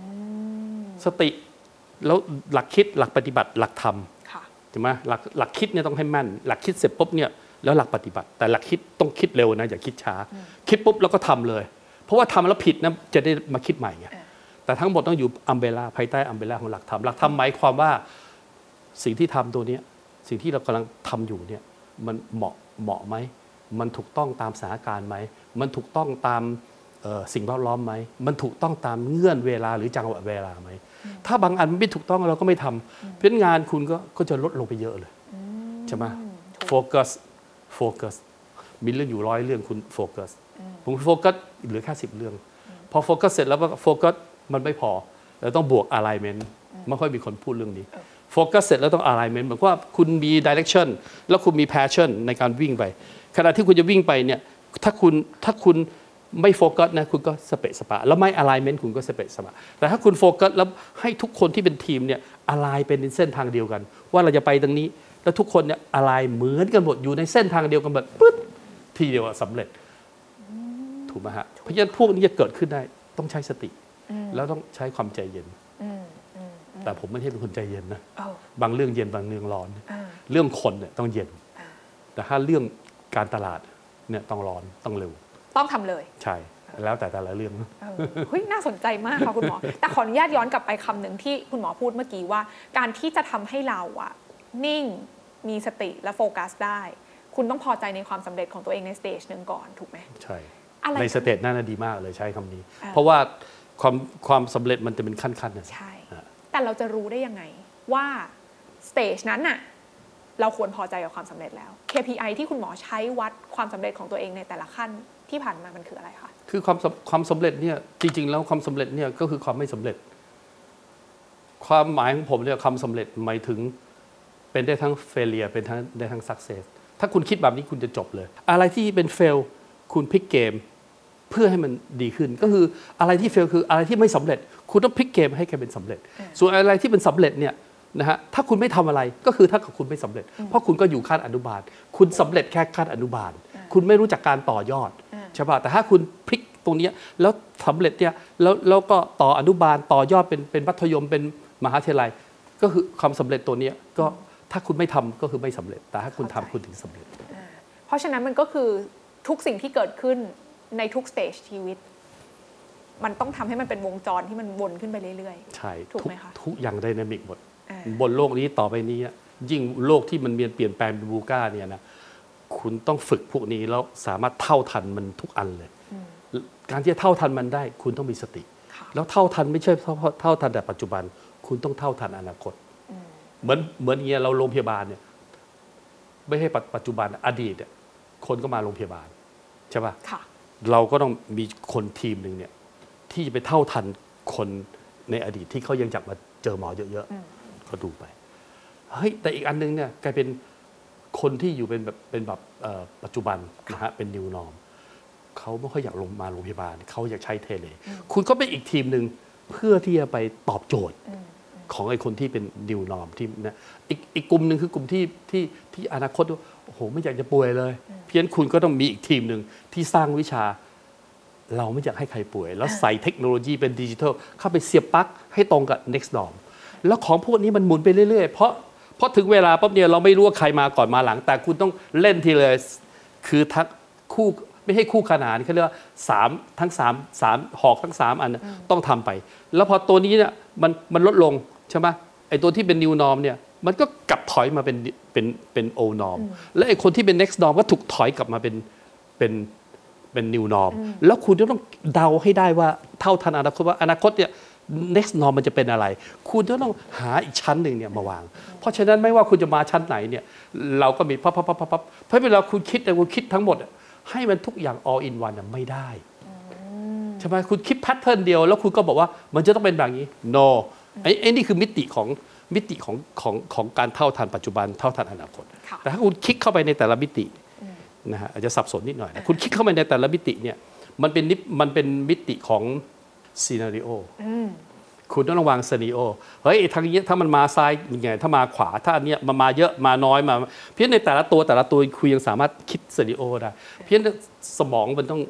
แล้วหลักคิดหลักปฏิบัติหลักธรรมใช่ไหมหลักคิดเนี่ยต้องให้แม่นหลักคิดเสร็จปุ๊บเนี่ยแล้วหลักปฏิบัติแต่หลักคิดต้องคิดเร็วนะอย่าคิดช้าคิดปุ๊บแล้วก็ทำเลยเพราะว่าทำแล้วผิดนะจะได้มาคิดใหม่ไงแต่ทั้งหมดต้องอยู่อัมเบร่าภายใต้อัมเบร่าของหลักธรรมหลักธรรมหมายความว่าสิ่งที่ทำตัวนี้สิ่งที่เรากำลังทำอยู่เนี่ยมันเหมาะไหมมันถูกต้องตามสถานการณ์ไหมมันถูกต้องตามสิ่งแวดล้อมไหมมันถูกต้องตามเงื่อนเวลาหรือจังหวะเวลาไหมถ้าบางอันไม่ถูกต้องเราก็ไม่ทำเพราะงานคุณก็จะลดลงไปเยอะเลยใช่ไหมโฟกัสมีเรื่องอยู่100 เรื่องคุณโฟกัสผมโฟกัสเหลือแค่10 เรื่องพอโฟกัสเสร็จแล้วโฟกัสมันไม่พอเราต้องบวก alignment ไม่ค่อยมีคนพูดเรื่องนี้โฟกัสเสร็จแล้วต้อง alignment เหมือนว่าคุณมี direction แล้วคุณมี passion ในการวิ่งไปขณะที่คุณจะวิ่งไปเนี่ยถ้าคุณไม่โฟกัสนะคุณก็สเปะสปะแล้วไม่ alignment คุณก็สเปะสปะแต่ถ้าคุณโฟกัสแล้วให้ทุกคนที่เป็นทีมเนี่ย align เป็นเส้นทางเดียวกันว่าเราจะไปตรงนี้แล้วทุกคนเนี่ย align เหมือนกันหมดอยู่ในเส้นทางเดียวกันหมดปึ๊ดทีเดียวสำเร็จถูกไหมฮะเพราะฉะนั้นพวกนี้จะเกิดขึ้นได้ต้องใช้สติแล้วต้องใช้ความใจเย็นแต่ผมไม่ใช่เป็นคนใจเย็นนะบางเรื่องเย็นบางเรื่องร้อนเรื่องคนเนี่ยต้องเย็นแต่ถ้าเรื่องการตลาดเนี่ยต้องร้อนต้องเร็วต้องทำเลยใช่แล้วแต่ละเรื่องเฮ้ยน่าสนใจมากค่ะคุณหมอแต่ขออนุญาตย้อนกลับไปคำหนึ่งที่คุณหมอพูดเมื่อกี้ว่าการที่จะทำให้เราอะนิ่งมีสติและโฟกัสได้คุณต้องพอใจในความสำเร็จของตัวเองในสเตจหนึ่งก่อนถูกไหมใช่ในสเตจน่าดีมากเลยใช้คำนี้เพราะว่าความสำเร็จมันจะเป็นขั้นๆนะใช่แต่เราจะรู้ได้ยังไงว่าสเตจนั้นน่ะเราควรพอใจกับความสำเร็จแล้ว KPI ที่คุณหมอใช้วัดความสำเร็จของตัวเองในแต่ละขั้นที่ผ่านมามันคืออะไรคะคือความสำเร็จเนี่ยจริงๆแล้วความสำเร็จเนี่ยก็คือความไม่สำเร็จความหมายของผมเนี่ยความสำเร็จหมายถึงเป็นได้ทั้ง failure เป็นได้ทั้ง success ถ้าคุณคิดแบบนี้คุณจะจบเลยอะไรที่เป็น fail คุณพลิกเกมเพื่อให้มันดีขึ้นก็คืออะไรที่ fail คืออะไรที่ไม่สำเร็จคุณต้องพลิกเกมให้กลายเป็นสำเร็จส่วนอะไรที่เป็นสำเร็จเนี่ยนะฮะถ้าคุณไม่ทำอะไรก็คือถ้าคุณไม่สำเร็จเพราะคุณก็อยู่ขั้นอนุบาลคุณสำเร็จแค่ขั้นอนุบาลคุณไม่รู้จักการต่อยอดใช่ป่ะแต่ถ้าคุณพลิกตรงนี้แล้วสำเร็จเนี่ยแล้วก็ต่ออนุบาลต่อยอดเป็นมัธยมเป็นมหาวิทยาลัยก็คือความสำเร็จตัวนี้ก็ถ้าคุณไม่ทำก็คือไม่สำเร็จแต่ถ้าคุณทำคุณถึงสำเร็จเพราะฉะนั้นมันก็คือทุกสิ่งที่เกิดขึ้นในทุกสเตจชีวิตมันต้องทำให้มันเป็นวงจรที่มันวนขึ้นไปเรื่อยๆใช่ถูกไหมคะทุกอย่างไดนามิกหมดบนโลกนี้ต่อไปนี้ยิ่งโลกที่มันเปลี่ยนแปลงเป็นบูก้าเนี่ยนะคุณต้องฝึกพวกนี้แล้วสามารถเท่าทันมันทุกอันเลยการที่จะเท่าทันมันได้คุณต้องมีสติแล้วเท่าทันไม่ใช่เท่าทันแต่ปัจจุบันคุณต้องเท่าทันอนาคตเหมือนเงี้ยเราโรงพยาบาลเนี่ยไม่ใช่ปัจจุบันอดีตคนก็มาโรงพยาบาลใช่ป่ะเราก็ต้องมีคนทีมหนึ่งเนี่ยที่จะไปเท่าทันคนในอดีตที่เขายังจับมาเจอหมอเยอะๆก็ดูไปเฮ้ยแต่อีกอันนึงเนี่ยกลายเป็นคนที่อยู่เป็นแบบปัจจุบันนะฮะเป็น new norm เขาไม่ค่อยอยากมาโรงพยาบาลเขาอยากใช้เทเลคุณก็เป็นอีกทีมหนึ่งเพื่อที่จะไปตอบโจทย์ของไอ้คนที่เป็น new norm ที่นะอีกกลุ่มหนึ่งคือกลุ่มที่อนาคตโอ้โหไม่อยากจะป่วยเลยเพี้ยนคุณก็ต้องมีอีกทีมหนึ่งที่สร้างวิชาเราไม่อยากให้ใครป่วยแล้วใส่เทคโนโลยีเป็นดิจิทัลเข้าไปเสียบปลั๊กให้ตรงกับ next norm แล้วของพวกนี้มันหมุนไปเรื่อยๆเพราะถึงเวลาปั๊บเนี่ยเราไม่รู้ว่าใครมาก่อนมาหลังแต่คุณต้องเล่นทีเลยคือทั้งคู่ไม่ให้คู่ขนานเขาเรียกว่าทั้ง3หอกทั้ง3อันต้องทำไปแล้วพอตัวนี้เนี่ยมันลดลงใช่ไหมไอ้ตัวที่เป็น new norm เนี่ยมันก็กลับถอยมาเป็น old norm และไอ้คนที่เป็น next norm ก็ถูกถอยกลับมาเป็น new norm แล้วคุณจะต้องเดาให้ได้ว่าเท่าทันอนาคตว่าอนาคตเนี่ย next norm มันจะเป็นอะไรคุณจะต้องหาอีกชั้นหนึ่งเนี่ยมาวางเพราะฉะนั้นไม่ว่าคุณจะมาชั้นไหนเนี่ยเราก็มีพับเพราะเวลาคุณคิดแต่คุณคิดทั้งหมดให้มันทุกอย่าง all in one ไม่ได้ใช่ไหมคุณคิดแพทเทิร์นเดียวแล้วคุณก็บอกว่ามันจะต้องเป็นแบบนี้ no ไอ้นี่คือมิติของการเท่าทันปัจจุบันเท่าทันอนาคตแต่ถ้าคุณคิดเข้าไปในแต่ละมิตินะฮะอาจจะสับสนนิดหน่อยนะคุณคิดเข้าไปในแต่ละมิติเนี่ยมันเป็นมิติของซีนาริโอคุณต้องวางซีนาริโอเฮ้ยทางนี้ถ้ามันมาซ้ายยังไงถ้ามาขวาถ้าอันเนี้ยมันมาเยอะมาน้อยมาเพี้ยนในแต่ละตัวคุณยังสามารถคิดซีนาริโอได้เพี้ยนสมองมันต้อง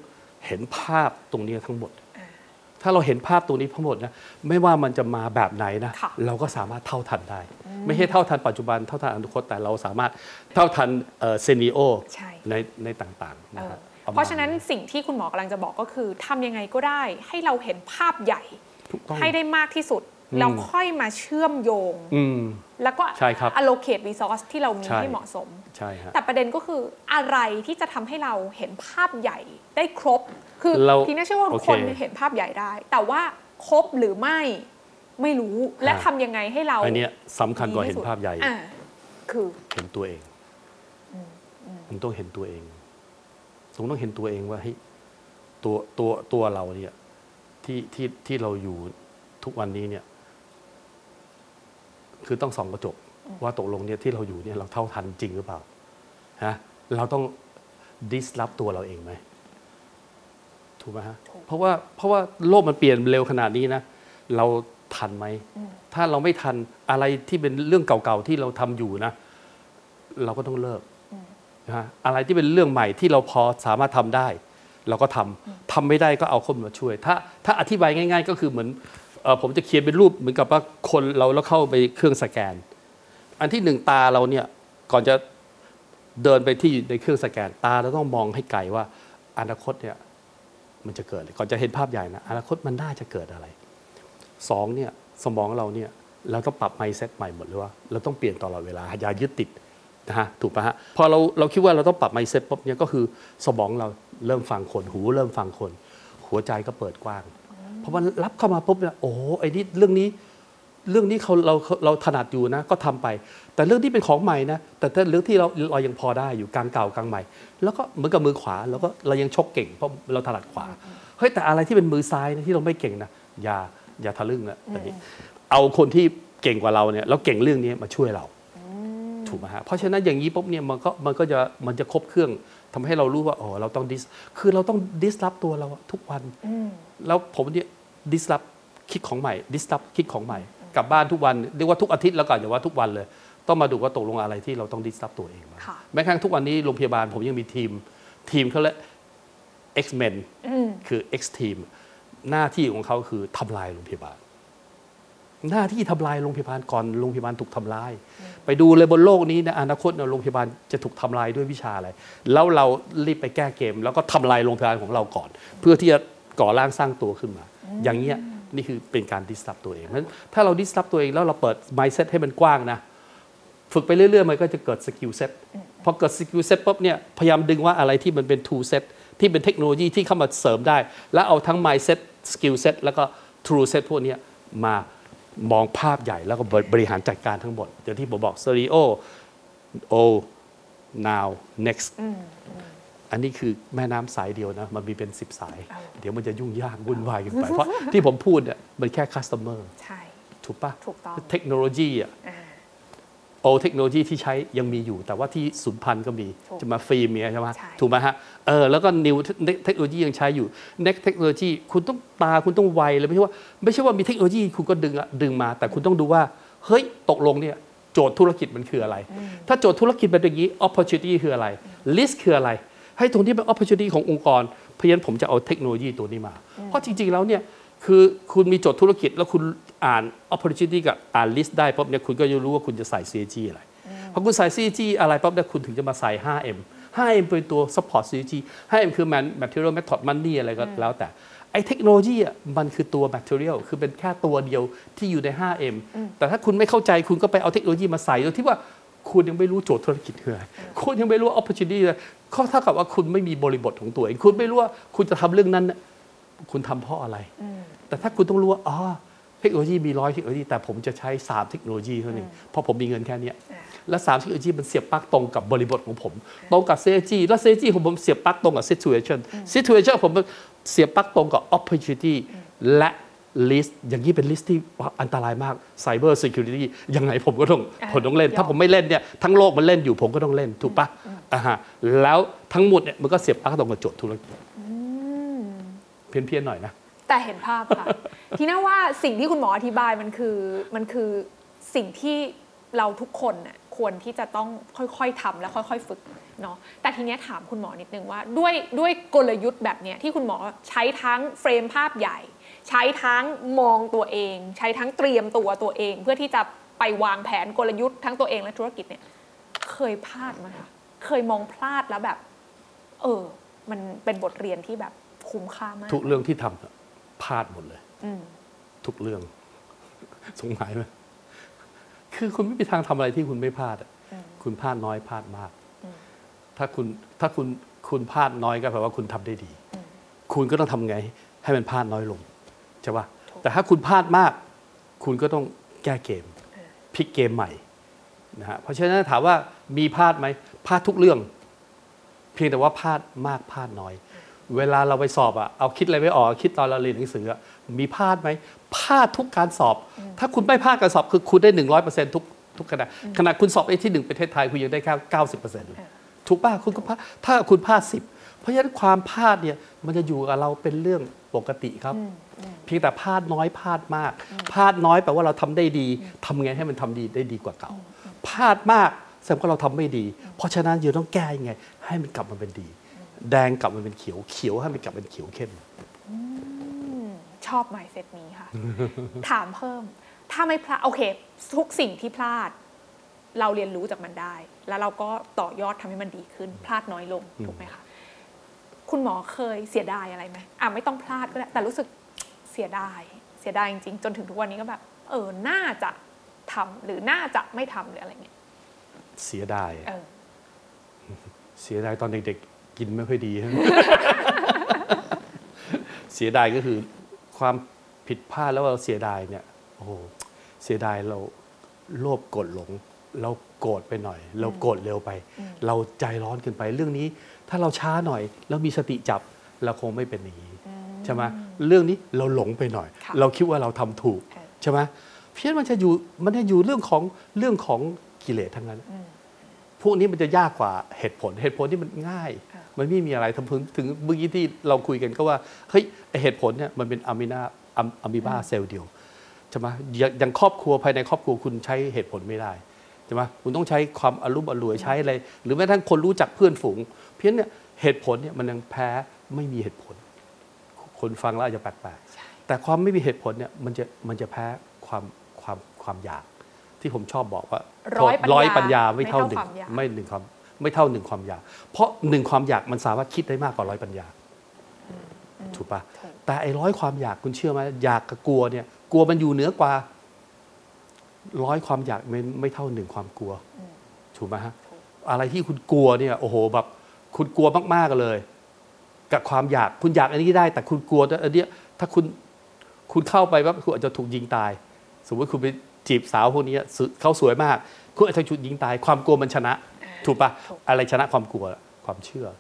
เห็นภาพตรงนี้ทั้งหมดถ้าเราเห็นภาพตรงนี้ทั้งหมดนะไม่ว่ามันจะมาแบบไหนนะเราก็สามารถเท่าทันได้ไม่ใช่เท่าทันปัจจุบันเท่าทันอนาคตแต่เราสามารถเท่าทันเซนิโอในต่างๆนะครับเพราะฉะนั้นสิ่งที่คุณหมอกำลังจะบอกก็คือทำยังไงก็ได้ให้เราเห็นภาพใหญ่ให้ได้มากที่สุดแล้วค่อยมาเชื่อมโยงแล้วก็ allocate resource ที่เรามีให้เหมาะสมแต่ประเด็นก็คืออะไรที่จะทำให้เราเห็นภาพใหญ่ได้ครบคือทีน่าเชื่อว่าทุกคนเห็นภาพใหญ่ได้แต่ว่าครบหรือไม่รู้และทำยังไงให้เราอันนี้สำคัญกว่าเห็นภาพใหญ่คือเห็นตัวเองมันต้องเห็นตัวเองต้องเห็นตัวเองว่าให้ตัวเราเนี่ยที่เราอยู่ทุกวันนี้เนี่ยคือต้องส่องกระจกว่าตกลงเนี่ยที่เราอยู่เนี่ยเราเท่าทันจริงหรือเปล่าฮะเราต้อง disrupt ตัวเราเองไหมถูกไหมฮะเพราะว่าโลกมันเปลี่ยนเร็วขนาดนี้นะเราทันไหมถ้าเราไม่ทันอะไรที่เป็นเรื่องเก่าๆที่เราทำอยู่นะเราก็ต้องเลิกนะอะไรที่เป็นเรื่องใหม่ที่เราพอสามารถทำได้เราก็ทำไม่ได้ก็เอาคนมาช่วยถ้าอธิบายง่ายๆก็คือเหมือนผมจะเขียนเป็นรูปเหมือนกับว่าคนเราแล้วเข้าไปเครื่องสแกนอันที่หนึ่งตาเราเนี่ยก่อนจะเดินไปที่ในเครื่องสแกนตาเราต้องมองให้ไกลว่าอนาคตเนี่ยมันจะเกิดก่อนจะเห็นภาพใหญ่นะอนาคตมันน่าจะเกิดอะไรสองเนี่ยสมองเราเนี่ยเราต้องปรับ mindset ใหม่หมดเลยว่าเราต้องเปลี่ยนตลอดเวลาอย่ายึดติดนะฮะถูกป่ะฮะพอเราคิดว่าเราต้องปรับ mindset ปุ๊บเนี่ยก็คือสมองเราเริ่มฟังคนหูเริ่มฟังคนหัวใจก็เปิดกว้างเพราะมันรับเข้ามาปุ๊บเนี่ยโอ้ไอ้นี่เรื่องนี้เราถนัดอยู่นะก็ทำไปแต่เรื่องที่เป็นของใหม่นะแต่เรื่องที่เรายังพอได้อยู่กลางเก่ากลางใหม่แล้วก็เหมือนกับมือขวาแล้วก็เรายังชกเก่งเพราะเราถนัดขวาเฮ้ยแต่อะไรที่เป็นมือซ้ายนะที่เราไม่เก่งนะอย่าทะลึ่งนะอันนี้เอาคนที่เก่งกว่าเราเนี่ยแล้วเก่งเรื่องนี้มาช่วยเราถูกไหมฮะเพราะฉะนั้นอย่างนี้ปุ๊บเนี่ยมันจะครบเครื่องทำให้เรารู้ว่าอ๋อเราต้องคือเราต้องdisruptตัวเราทุกวันแล้วผมเนี่ยdisrupt คิดของใหม่disrupt คิดของใหม่กลับบ้านทุกวันเรียกว่าทุกอาทิตย์แล้วก็อย่าว่าทุกวันเลยต้องมาดูว่าตกลงอะไรที่เราต้องdisruptตัวเองแม้กระทั่งทุกวันนี้โรงพยาบาลผมยังมีทีมเขาเรียก X-Men คือ X team หน้าที่ของเขาคือทำลายโรงพยาบาลหน้าที่ทำลายโรงพยาบาลก่อนโรงพยาบาลถูกทำลายไปดูเลยบนโลกนี้ในอนาคตโรงพยาบาลจะถูกทำลายด้วยวิชาอะไรแล้วเรารีบไปแก้เกมแล้วก็ทำลายโรงพยาบาลของเราก่อนเพื่อที่จะก่อร่างสร้างตัวขึ้นมาอย่างเงี้ยนี่คือเป็นการ disrupt ตัวเองเพราะฉะนั้นถ้าเรา disrupt ตัวเองแล้วเราเปิด mindset ให้มันกว้างนะฝึกไปเรื่อยๆมันก็จะเกิด skill set พอเกิด skill set ปุ๊บเนี่ยพยายามดึงว่าอะไรที่มันเป็น tool set ที่เป็นเทคโนโลยีที่เข้ามาเสริมได้แล้วเอาทั้ง mindset skill set แล้วก็ tool set พวกนี้มามองภาพใหญ่แล้วก็บริหารจัดการทั้งหมดอย่างที่ผมบอก stereo o now next อันนี้คือแม่น้ำสายเดียวนะมันมีเป็น10สายเดี๋ยวมันจะยุ่งยากวุ่นวายกันไปเพราะที่ผมพูดเนี่ยมันแค่ customer ใช่ถูกปะถูกต้องเทคโนโลยีเทคโนโลยีที่ใช้ยังมีอยู่แต่ว่าที่สูญพันธุ์ก็มีจะมาฟิล์มเนี่ยใช่ไหมถูกไหมฮะแล้วก็นิวเทคโนโลยียังใช้อยู่ next เทคโนโลยีคุณต้องคุณต้องไวเลยไม่ใช่ว่ามีเทคโนโลยีคุณก็ดึงมาแต่คุณต้องดูว่าเฮ้ยตกลงเนี่ยโจทย์ธุรกิจมันคืออะไรถ้าโจทย์ธุรกิจเป็นอย่างนี้ opportunity คืออะไร risk คืออะไรให้ตรงที่เป็น opportunity ขององค์กรเพราะฉะนั้นผมจะเอาเทคโนโลยีตัวนี้มาเพราะจริงๆแล้วเนี่ยคือคุณมีโจทย์ธุรกิจแล้วคุณอ่าน opportunity กับอ่าน list ได้ปุ๊บเนี่ยคุณก็จะรู้ว่าคุณจะใส่ CG อะไรพอคุณใส่ CG อะไรปุ๊บเนี่ยคุณถึงจะมาใส่ 5M เป็นตัว support CG 5M คือ material method money อะไรก็แล้วแต่ไอ้เทคโนโลยีมันคือตัว material คือเป็นแค่ตัวเดียวที่อยู่ใน 5M แต่ถ้าคุณไม่เข้าใจคุณก็ไปเอาเทคโนโลยีมาใส่โดยที่ว่าคุณยังไม่รู้โจทย์ธุรกิจคืออะไรคุณยังไม่รู้ opportunity เลยเขาเท่ากับว่าคุณไม่มีบริบทของตัวเองคุณไม่รู้ว่าคุณจะทำเรื่องนั้นคุณทำเพราะอะไรแต่ถ้าคุณต้องรู้ว่าเทคโนโลยีมี100เทคโนโลยีแต่ผมจะใช้3เทคโนโลยีเท่านั้นเพราะผมมีเงินแค่นี้และ3เทคโนโลยีมันเสียบปลั๊กตรงกับบริบทของผมตรงกับ strategy และ strategy ของผมเสียบปลั๊กตรงกับ situation ผมเสียบปลั๊กตรงกับ opportunity และ list อย่างนี้เป็น list ที่อันตรายมาก cyber security ยังไงผมก็ต้องเล่นถ้าผมไม่เล่นเนี่ยทั้งโลกมันเล่นอยู่ผมก็ต้องเล่นถูกปะแล้วทั้งหมดเนี่ยมันก็เสียบปลั๊กตรงกับโจทย์ธุรกิจเพี้ยนหน่อยนะแต่เห็นภาพค่ะ ทีน่าว่าสิ่งที่คุณหมออธิบายมันคือสิ่งที่เราทุกคนน่ะควรที่จะต้องค่อยๆทำและค่อยๆฝึกเนาะแต่ทีนี้ถามคุณหมอนิดนึงว่าด้วยกลยุทธ์แบบนี้ที่คุณหมอใช้ทั้งเฟรมภาพใหญ่ใช้ทั้งมองตัวเองใช้ทั้งเตรียมตัวเองเพื่อที่จะไปวางแผนกลยุทธ์ทั้งตัวเองและธุรกิจเนี่ยเคยพลาดไหมคะเคยมองพลาดแล้วแบบมันเป็นบทเรียนที่แบบคุ้มค่ามากทุกเรื่องที่ทำพลาดหมดเลยทุกเรื่องสงสัยไหมคือคุณไม่มีทางทำอะไรที่คุณไม่พลาดคุณพลาดน้อยพลาดมากถ้าคุณพลาดน้อยก็แปลว่าคุณทำได้ดีคุณก็ต้องทำไงให้มันพลาดน้อยลงใช่ป่ะแต่ถ้าคุณพลาดมากคุณก็ต้องแก้เกมพลิกเกมใหม่นะฮะเพราะฉะนั้นถามว่ามีพลาดไหมพลาดทุกเรื่องเพียงแต่ว่าพลาดมากพลาดน้อยเวลาเราไปสอบเอาคิดอะไรไม่ออกคิดตอนเราเรียนหนังสือมีพลาดไหมพลาดทุกการสอบถ้าคุณไม่พลาดการสอบคือคุณได้ 100% ทุกขณะคุณสอบที่1ประเทศไทยคุณยังได้แค่ 90% ถูกป่ะคุณก็พลาดถ้าคุณพลาด10เพราะฉะนั้นความพลาดเนี่ยมันจะอยู่กับเราเป็นเรื่องปกติครับเพียงแต่พลาดน้อยพลาดมากพลาดน้อยแปลว่าเราทำได้ดีทำไงให้มันทำดีได้ดีกว่าเก่าพลาดมากแสดงว่าเราทำไม่ดีเพราะฉะนั้นเราต้องแก้ยังไงให้มันกลับมาเป็นดีแดงกลับมาเป็นเขียวเขียวให้มันกลับเป็นเขียวเข้มชอบ mindset นี้ค่ะ ถามเพิ่มถ้าไม่พลาดโอเคทุกสิ่งที่พลาดเราเรียนรู้จากมันได้แล้วเราก็ต่อยอดทำให้มันดีขึ้นพลาดน้อยลงถูกไหมคะคุณหมอเคยเสียดายอะไรไหมไม่ต้องพลาดก็ได้แต่รู้สึกเสียดายจริงๆจนถึงทุกวันนี้ก็แบบน่าจะทำหรือน่าจะไม่ทำหรืออะไรเงี้ยเสียดายตอนเด็กๆกินไม่ค่อยดี เสียดายก็คือความผิดพลาดแล้วเราเสียดายเนี่ยโอ้โหเสียดายเราโลภโกรธหลงเราโกรธไปหน่อยเราโกรธเร็วไปเราใจร้อนเกินไปเรื่องนี้ถ้าเราช้าหน่อยแล้วมีสติจับเราคงไม่เป็นอย่างนี้ใช่ไหมเรื่องนี้เราหลงไปหน่อยเราคิดว่าเราทำถูกใช่ไหมเพี้ยนมันจะอยู่เรื่องของกิเลสทั้งนั้นพวกนี้มันจะยากกว่าเหตุผลที่มันง่ายมันไม่มีอะไรทำถึงเมื่อกี้ที่เราคุยกันก็ว่าเฮ้ยเหตุผลเนี่ยมันเป็นอะมีบาเซลล์เดียวใช่ไหมอย่างครอบครัวภายในครอบครัวคุณใช้เหตุผลไม่ได้ใช่ไหมคุณต้องใช้ความอารมณ์อร่วยใช้อะไรหรือแม้กระทั่งคนรู้จักเพื่อนฝูงเพี้ยนเนี่ยเหตุผลเนี่ยมันยังแพ้ไม่มีเหตุผลคนฟังแล้วอาจจะแปลกๆแต่ความไม่มีเหตุผลเนี่ยมันจะแพ้ความอยากที่ผมชอบบอกว่าร้อยปัญญาไม่เท่าหนึ่งไม่เท่าหนึ่งความอยากเพราะหนึ่งความอยากมันสามารถคิดได้มากกว่าร้อยปัญญาถูกปะแต่ไอ้ร้อยความอยากคุณเชื่อไหมอยากกับกลัวเนี่ยกลัวมันอยู่เหนือกว่าร้อยความอยากไม่เท่าหนึ่งความกลัวถูกไหมฮะอะไรที่คุณกลัวเนี่ยโอ้โหแบบคุณกลัวมากๆเลยกับความอยากคุณอยากอันนี้ได้แต่คุณกลัวอันนี้ถ้าคุณเข้าไปว่าคุณอาจจะถูกยิงตายสมมติคุณไปจีบสาวพวกนี้เขาสวยมากคุณอาจจะถูกยิงตายความกลัวมันชนะถูกปะอะไรชนะความกลัวความเชื่อ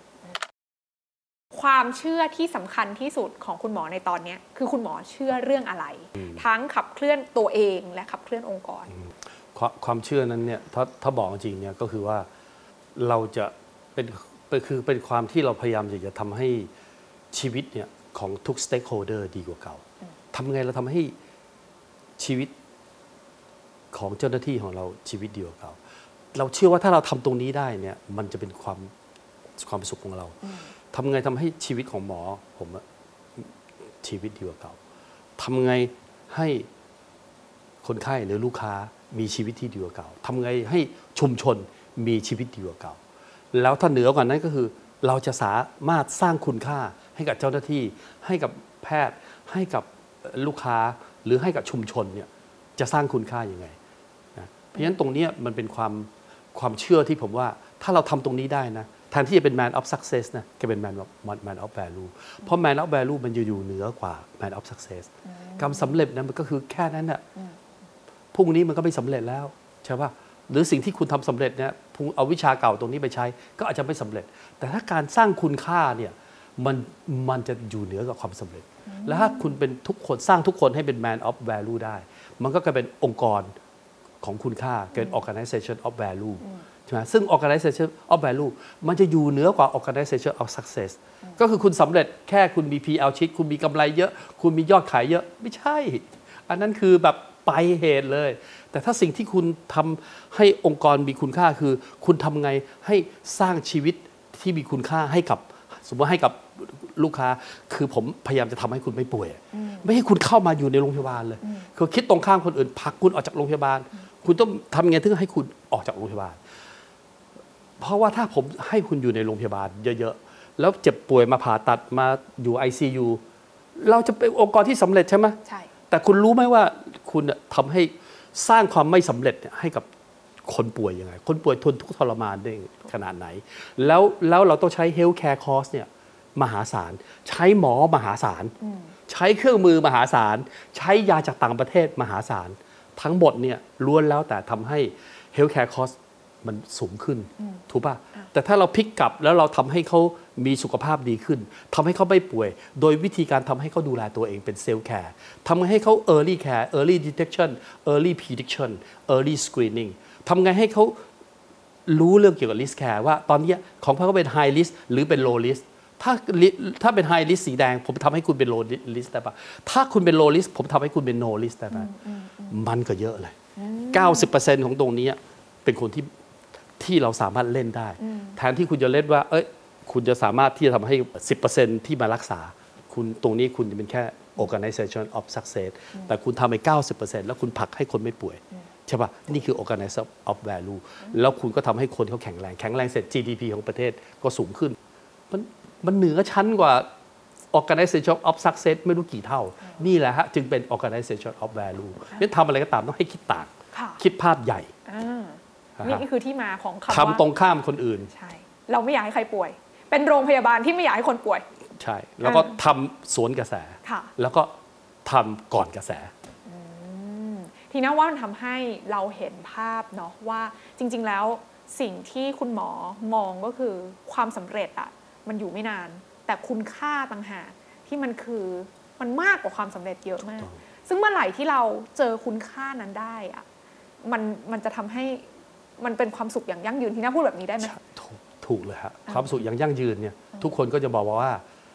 ที่สำคัญที่สุดของคุณหมอในตอนนี้คือคุณหมอเชื่อเรื่องอะไรทั้งขับเคลื่อนตัวเองและขับเคลื่อนองค์กรความเชื่อนั้นเนี่ยถ้าบอกจริงเนี่ยก็คือว่าเราจะเป็นความที่เราพยายามจะทำให้ชีวิตเนี่ยของทุก stakeholder ดีกว่าเก่าทำไงเราทำให้ชีวิตของเจ้าหน้าที่ของเราชีวิตดีกว่าเก่าเราเชื่อว่าถ้าเราทำตรงนี้ได้เนี่ยมันจะเป็นความสุขของเราทำไงทำให้ชีวิตของหมอผมชีวิตดีกว่าเก่าทำไงให้คนไข้หรือลูกค้ามีชีวิตที่ดีกว่าเก่าทำไงให้ชุมชนมีชีวิตดีกว่าเก่าแล้วถ้าเหนือกว่านั้นก็คือเราจะสามารถสร้างคุณค่าให้กับเจ้าหน้าที่ให้กับแพทย์ให้กับลูกค้าหรือให้กับชุมชนเนี่ยจะสร้างคุณค่ายังไงนะเพราะฉะนั้นตรงนี้มันเป็นความเชื่อที่ผมว่าถ้าเราทำตรงนี้ได้นะแทนที่จะเป็น man of success นะก็เป็น man of value เพราะ man of value มันอยู่เหนือกว่า man of success การสำเร็จนะมันก็คือแค่นั้นน่ะพรุ่งนี้มันก็ไม่สำเร็จแล้วใช่ป่ะหรือสิ่งที่คุณทำสำเร็จเนี่ยเอาวิชาเก่าตรงนี้ไปใช้ก็อาจจะไม่สำเร็จแต่ถ้าการสร้างคุณค่าเนี่ยมันจะอยู่เหนือกว่าความสำเร็จแล้วถ้าคุณเป็นทุกคนสร้างทุกคนให้เป็น man of value ได้มันก็กลายเป็นองค์กรของคุณค่าเป็น organization of value ใช่ไหมซึ่ง organization of value มันจะอยู่เหนือกว่า organization of success ก็คือคุณสำเร็จแค่คุณมี PL ชิดคุณมีกำไรเยอะคุณมียอดขายเยอะไม่ใช่อันนั้นคือแบบไปเหตุเลยแต่ถ้าสิ่งที่คุณทำให้องค์กรมีคุณค่าคือคุณทำไงให้สร้างชีวิตที่มีคุณค่าให้กับสมมติให้กับลูกค้าคือผมพยายามจะทำให้คุณไม่ป่วยไม่ให้คุณเข้ามาอยู่ในโรงพยาบาลเลยคือคิดตรงข้ามคนอื่นผลักคุณออกจากโรงพยาบาลคุณต้องทำยังไงถึงให้คุณออกจากโรงพยาบาลเพราะว่าถ้าผมให้คุณอยู่ในโรงพยาบาลเยอะๆแล้วเจ็บป่วยมาผ่าตัดมาอยู่ ICU เราจะเป็นองค์กรที่สำเร็จใช่ไหมใช่แต่คุณรู้ไหมว่าคุณทำให้สร้างความไม่สำเร็จให้กับคนป่วยยังไงคนป่วยทนทุกข์ทรมานได้ขนาดไหนแล้วเราต้องใช้ healthcare cost เนี่ยมหาศาลใช้หมอมหาศาลใช้เครื่องมือมหาศาลใช้ยาจากต่างประเทศมหาศาลทั้งหมดเนี่ยล้วนแล้วแต่ทำให้ healthcare cost มันสูงขึ้นถูกป่ะแต่ถ้าเราพลิกกลับแล้วเราทำให้เขามีสุขภาพดีขึ้นทำให้เขาไม่ป่วยโดยวิธีการทำให้เขาดูแลตัวเองเป็นเซลล์แคร์ทำให้เขา early care early detection early prediction early screening ทำไงให้เขารู้เรื่องเกี่ยวกับ risk care ว่าตอนนี้ของเขาเป็น high risk หรือเป็น low risk ถ้าเป็น high risk สีแดงผมทำให้คุณเป็น low risk ได้ปะถ้าคุณเป็น low risk ผมทำให้คุณเป็น no risk ได้ปะมันก็เยอะเลย 90% ของตรงนี้เป็นคนที่เราสามารถเล่นได้แทนที่คุณจะเล่นว่าคุณจะสามารถที่จะทำให้ 10% ที่มารักษาคุณตรงนี้คุณจะเป็นแค่ organization of success แต่คุณทำไป 90% แล้วคุณผลักให้คนไม่ป่วยใช่ป่ะนี่คือ organizer of value แล้วคุณก็ทำให้คนเขาแข็งแรงเสร็จ GDP ของประเทศก็สูงขึ้นมันเหนือชั้นกว่า organization of success ไม่รู้กี่เท่านี่แหละฮะจึงเป็น organization of value งั้นทำอะไรก็ตามต้องให้คิดต่างคิดภาพใหญ่นี่คือที่มาของคำว่าทำตรงข้ามคนอื่นใช่เราไม่อยากให้ใครป่วยเป็นโรงพยาบาลที่ไม่อยากให้คนป่วยใช่แล้วก็ทำสวนกระแสแล้วก็ทำก่อนกระแสทีนี้ว่ามันทำให้เราเห็นภาพเนาะว่าจริงๆแล้วสิ่งที่คุณหมอมองก็คือความสำเร็จอะมันอยู่ไม่นานแต่คุณค่าต่างหากที่มันมากกว่าความสำเร็จเยอะมากซึ่งเมื่อไหร่ที่เราเจอคุณค่านั้นได้อะมันจะทำให้มันเป็นความสุขอย่างยั่งยืนที่น่าพูดแบบนี้ได้ไหมถูกเลยครับความสุขอย่างยั่งยืนเนี่ยทุกคนก็จะบอกว่า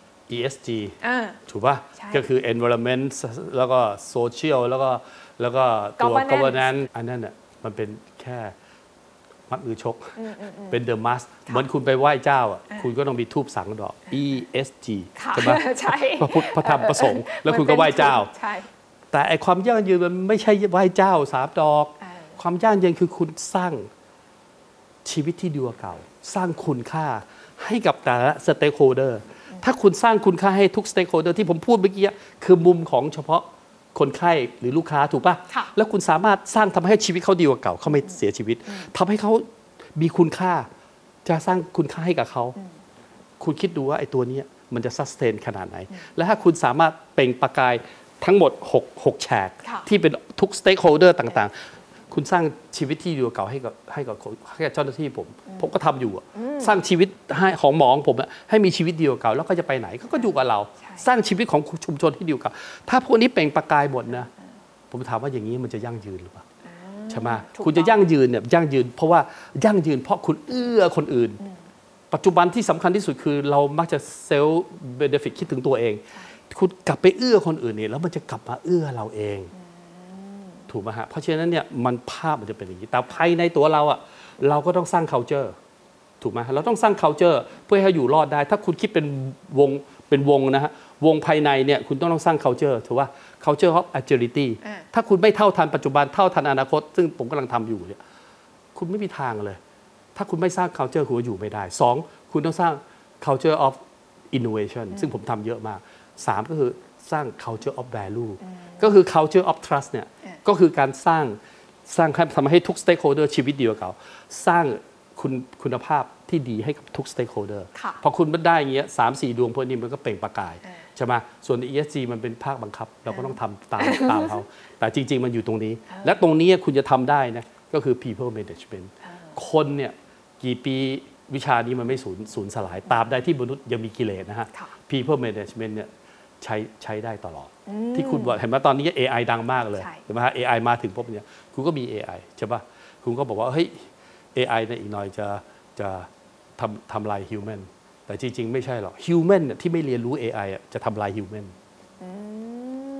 ESG ถูกป่ะก็คือ environment แล้วก็ social แล้วก็ตัว governance อันนั้นน่ะมันเป็นแค่มัดมือชกเป็น the must เหมือนคุณไปไหว้เจ้าคุณก็ต้องมีธูปสังดอก ESG ใช่ไหมพระพุทธพระธรรมพระสงฆ์แล้วคุณก็ไหว้เจ้าแต่ไอความยั่งยืนมันไม่ใช่ไหว้เจ้า3 ดอกความยั่งยืนคือคุณสร้างชีวิตที่ดีกว่าเก่าสร้างคุณค่าให้กับแต่ละสเต็กโฮเดอร์ถ้าคุณสร้างคุณค่าให้ทุกสเต็กโฮเดอร์ที่ผมพูดเมื่อกี้คือมุมของเฉพาะคนไข้หรือลูกค้าถูกป่ะแล้วคุณสามารถสร้างทำให้ชีวิตเขาดีกว่าเก่าเขาไม่เสียชีวิตทำให้เขามีคุณค่าจะสร้างคุณค่าให้กับเขาคุณคิดดูว่าไอ้ตัวนี้มันจะซัสเทนขนาดไหนและถ้าคุณสามารถเปล่งประกายทั้งหมด6แฉกที่เป็นทุกสเต็กโฮเดอร์ต่างๆคุณสร้างชีวิตที่ดีกว่าเก่าให้กับเจ้าหน้าที่ผมก็ทำอยู่สร้างชีวิตให้ของหมอของผมให้มีชีวิตดีกว่าเก่าแล้วก็จะไปไหนก็อยู่กับเราสร้างชีวิตของชุมชนที่ดีกว่าเก่าถ้าพวกนี้เปล่งประกายหมดนะผมถามว่าอย่างนี้มันจะยั่งยืนหรือเปล่าใช่ไหมคุณจะยั่งยืนเนี่ยยั่งยืนเพราะว่ายั่งยืนเพราะคุณเอื้อคนอื่นปัจจุบันที่สำคัญที่สุดคือเรามักจะเซลฟ์เบเนฟิตคิดถึงตัวเองคุณกลับไปเอื้อคนอื่นเนี่ยแล้วมันจะกลับมาเอื้อเราเองถูกไหมฮะเพราะฉะนั้นเนี่ยภาพมันจะเป็นอย่างนี้แต่ภายในตัวเราเราก็ต้องสร้าง culture ถูกไหมเราต้องสร้าง culture เพื่อให้อยู่รอดได้ถ้าคุณคิดเป็นวงนะฮะวงภายในเนี่ยคุณต้องสร้าง culture ถูกป่ะ culture of agility ถ้าคุณไม่เท่าทันปัจจุบันเท่าทันอนาคตซึ่งผมกำลังทำอยู่เนี่ยคุณไม่มีทางเลยถ้าคุณไม่สร้าง culture คุณก็อยู่ไม่ได้2คุณต้องสร้าง culture of innovation ซึ่งผมทำเยอะมาก3ก็คือสร้าง culture of value ก็คือ culture of trust เนี่ยก็คือการสร้างทำให้ทุก stakeholder ชีวิตดีกว่าเก่าสร้างคุณภาพที่ดีให้กับทุก stakeholder พอคุณไม่ได้อย่างเงี้ย3-4 ดวงพวกนี้มันก็เปล่งประกายใช่ไหมส่วน ESG มันเป็นภาคบังคับเราก็ต้องทำตามเขาแต่จริงๆมันอยู่ตรงนี้และตรงนี้คุณจะทำได้นะก็คือ people management คนเนี่ยกี่ปีวิชานี้มันไม่สูญสลายตราบใดที่มนุษย์ยังมีกิเลสนะฮะ people management เนี่ยใช้ได้ตลอดที่คุณบอกเห็นไหมตอนนี้ AI ดังมากเลยเห็นไหมฮะ AI มาถึงปุ๊บเนี่ยคุณก็มี AI ใช่ป่ะคุณก็บอกว่าเฮ้ย AI เนี่ยอีกหน่อยจะทำลาย human แต่จริงๆไม่ใช่หรอก human ที่ไม่เรียนรู้ AI จะทำลาย human ถู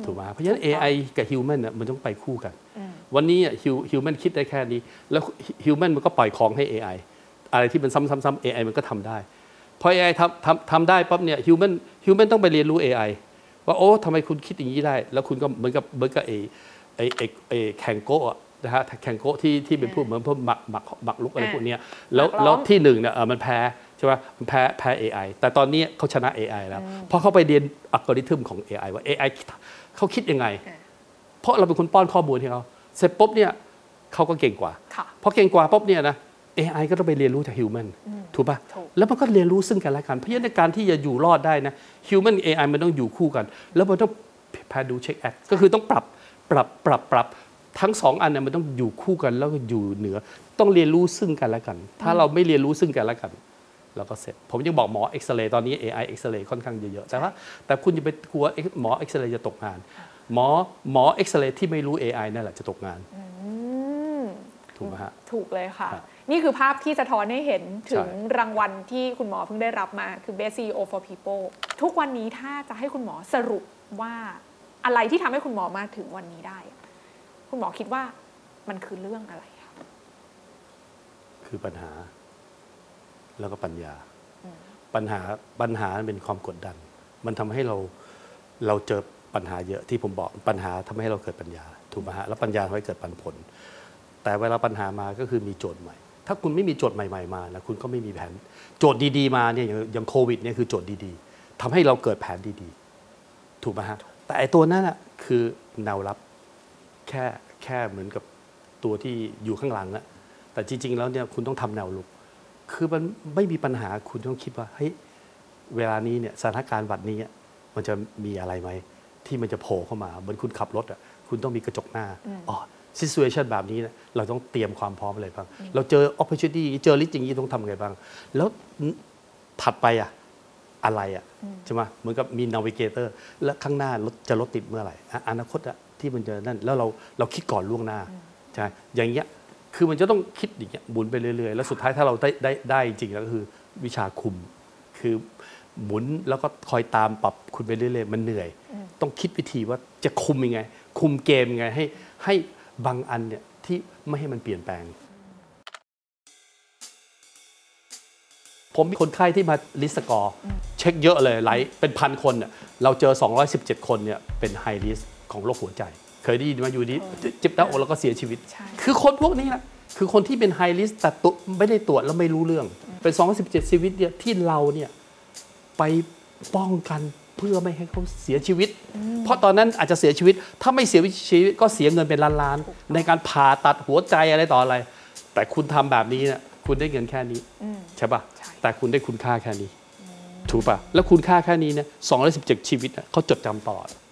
ถูกไหมเพราะฉะนั้น AI กับ Human มันต้องไปคู่กันวันนี้Human คิดได้แค่นี้แล้ว Human มันก็ปล่อยของให้ AI อะไรที่มันซ้ำๆ AI มันก็ทำได้พอ AI ทำได้ปั๊บเนี่ย Human ต้องไปเรียนรู้ AI ว่าโอ้ทำไมคุณคิดอย่างนี้ได้แล้วคุณก็เหมือนกับแข่งโก้นะฮะแข่งโก้ที่เป็นพูดเหมือนพวกหมักลุกอะไรพวกนี้แล้วที่หนึ่งเนี่ยมันแพ้ใช่ไหมมันแพ้ AI แต่ตอนนี้เขาชนะ AI แล้วเพราะเขาไปเรียนอัลกอริทึมของ AI ว่า AI เขาคิดยังไงเพราะเราเป็นคนป้อนข้อมูลให้เขาเสร็จปุ๊บเนี่ยเขาก็เก่งกว่าพอเก่งกว่าปุ๊บเนี่ยนะ AI ก็ต้องไปเรียนรู้จาก Human ถูกป่ะแล้วมันก็เรียนรู้ซึ่งกันและกันเพราะฉะนั้นในการที่จะอยู่รอดได้นะ Human AI มันต้องอยู่คู่กันแล้วมันต้องแพดูเช็คแอคก็คือต้องปรับทั้งสองอันเนี่ยมันต้องอยู่คู่กันแล้วก็อยู่เหนือต้องเรียนรู้ซึ่งกันและกันถ้าเราไม่เรียนรู้ซึ่งกันและกันเราก็เสร็จผมยังบอกหมอเอ็กซเรย์ตอนนี้ AI เอ็กซเรย์ค่อนข้างเยอะๆแต่คุณอย่าไปกลัวหมอเอ็กซเรย์จะตกงานหมอเอ็กซเรย์ที่ไม่รู้ AI นั่นแหละจะตกงานถูกไหมฮะถูกเลยค่ะนี่คือภาพที่สะท้อนให้เห็นถึงรางวัลที่คุณหมอเพิ่งได้รับมาคือ Best CEO for People ทุกวันนี้ถ้าจะให้คุณหมอสรุปว่าอะไรที่ทำให้คุณหมอมาถึงวันนี้ได้คุณหมอคิดว่ามันคือเรื่องอะไรคะคือปัญหาแล้วก็ปัญญาปัญหาเป็นความกดดันมันทำให้เราเจอปัญหาเยอะที่ผมบอกปัญหาทำให้เราเกิดปัญญาถูกไหมฮะแล้วปัญญาทำให้เกิดปันผลแต่เวลาปัญหามาก็คือมีโจทย์ใหม่ถ้าคุณไม่มีโจทย์ใหม่ๆมานะคุณก็ไม่มีแผนโจทย์ดีๆมาเนี่ยอย่างโควิดเนี่ยคือโจทย์ดีๆทำให้เราเกิดแผนดีๆถูกไหมฮะแต่ไอ้ตัวนั้นอ่ะคือแนวรับแค่เหมือนกับตัวที่อยู่ข้างหลังอะแต่จริงๆแล้วเนี่ยคุณต้องทำแนวลุกคือมันไม่มีปัญหาคุณต้องคิดว่าเฮ้ยเวลานี้เนี่ยสถานการณ์บัดนี้มันจะมีอะไรไหมที่มันจะโผล่เข้ามาเหมือนคุณขับรถอะคุณต้องมีกระจกหน้าsituation แบบนี้นะเราต้องเตรียมความพร้อมอะไรบ้างเราเจอ opportunity เจอ risk อย่างนี้ต้องทำไงบ้างแล้วถัดไปอะไรใช่ไหมเหมือนกับมี navigator แล้วข้างหน้ารถติดเมื่อไหร่อนาคตที่มันจะนั่นแล้วเราคิดก่อนล่วงหน้าใช่อย่างเงี้ยคือมันจะต้องคิดอย่างเงี้ยหมุนไปเรื่อยๆแล้วสุดท้ายถ้าเราได้จริงแล้วก็คือวิชาคุมคือหมุนแล้วก็คอยตามปรับคุณไปเรื่อยๆมันเหนื่อยต้องคิดวิธีว่าจะคุมยังไงคุมเกมยังไงให้บางอันเนี่ยที่ไม่ให้มันเปลี่ยนแปลงผมมีคนไข้ที่มาลิสต์สกอร์เช็คเยอะเลยหลายเป็นพันคนเนี่ยเราเจอ217คนเนี่ยเป็นไฮริสของโรคหัวใจเคยได้ยินมาอยู่ดีเจ็บหน้าอกแล้วก็เสียชีวิตคือคนพวกนี้นะคือคนที่เป็นไฮริสแต่ไม่ได้ตรวจแล้วไม่รู้เรื่องเป็น217ชีวิตเนี่ยที่เราเนี่ยไปป้องกันเพื่อไม่ให้เขาเสียชีวิตเพราะตอนนั้นอาจจะเสียชีวิตถ้าไม่เสียชีวิตก็เสียเงินเป็นล้านๆในการผ่าตัดหัวใจอะไรต่ออะไรแต่คุณทำแบบนี้เนี่ยคุณได้เงินแค่นี้ใช่ป่ะแต่คุณได้คุณค่าแค่นี้ถูกป่ะแล้วคุณค่าแค่นี้เนี่ย217ชีวิตเขาจดจำต่อ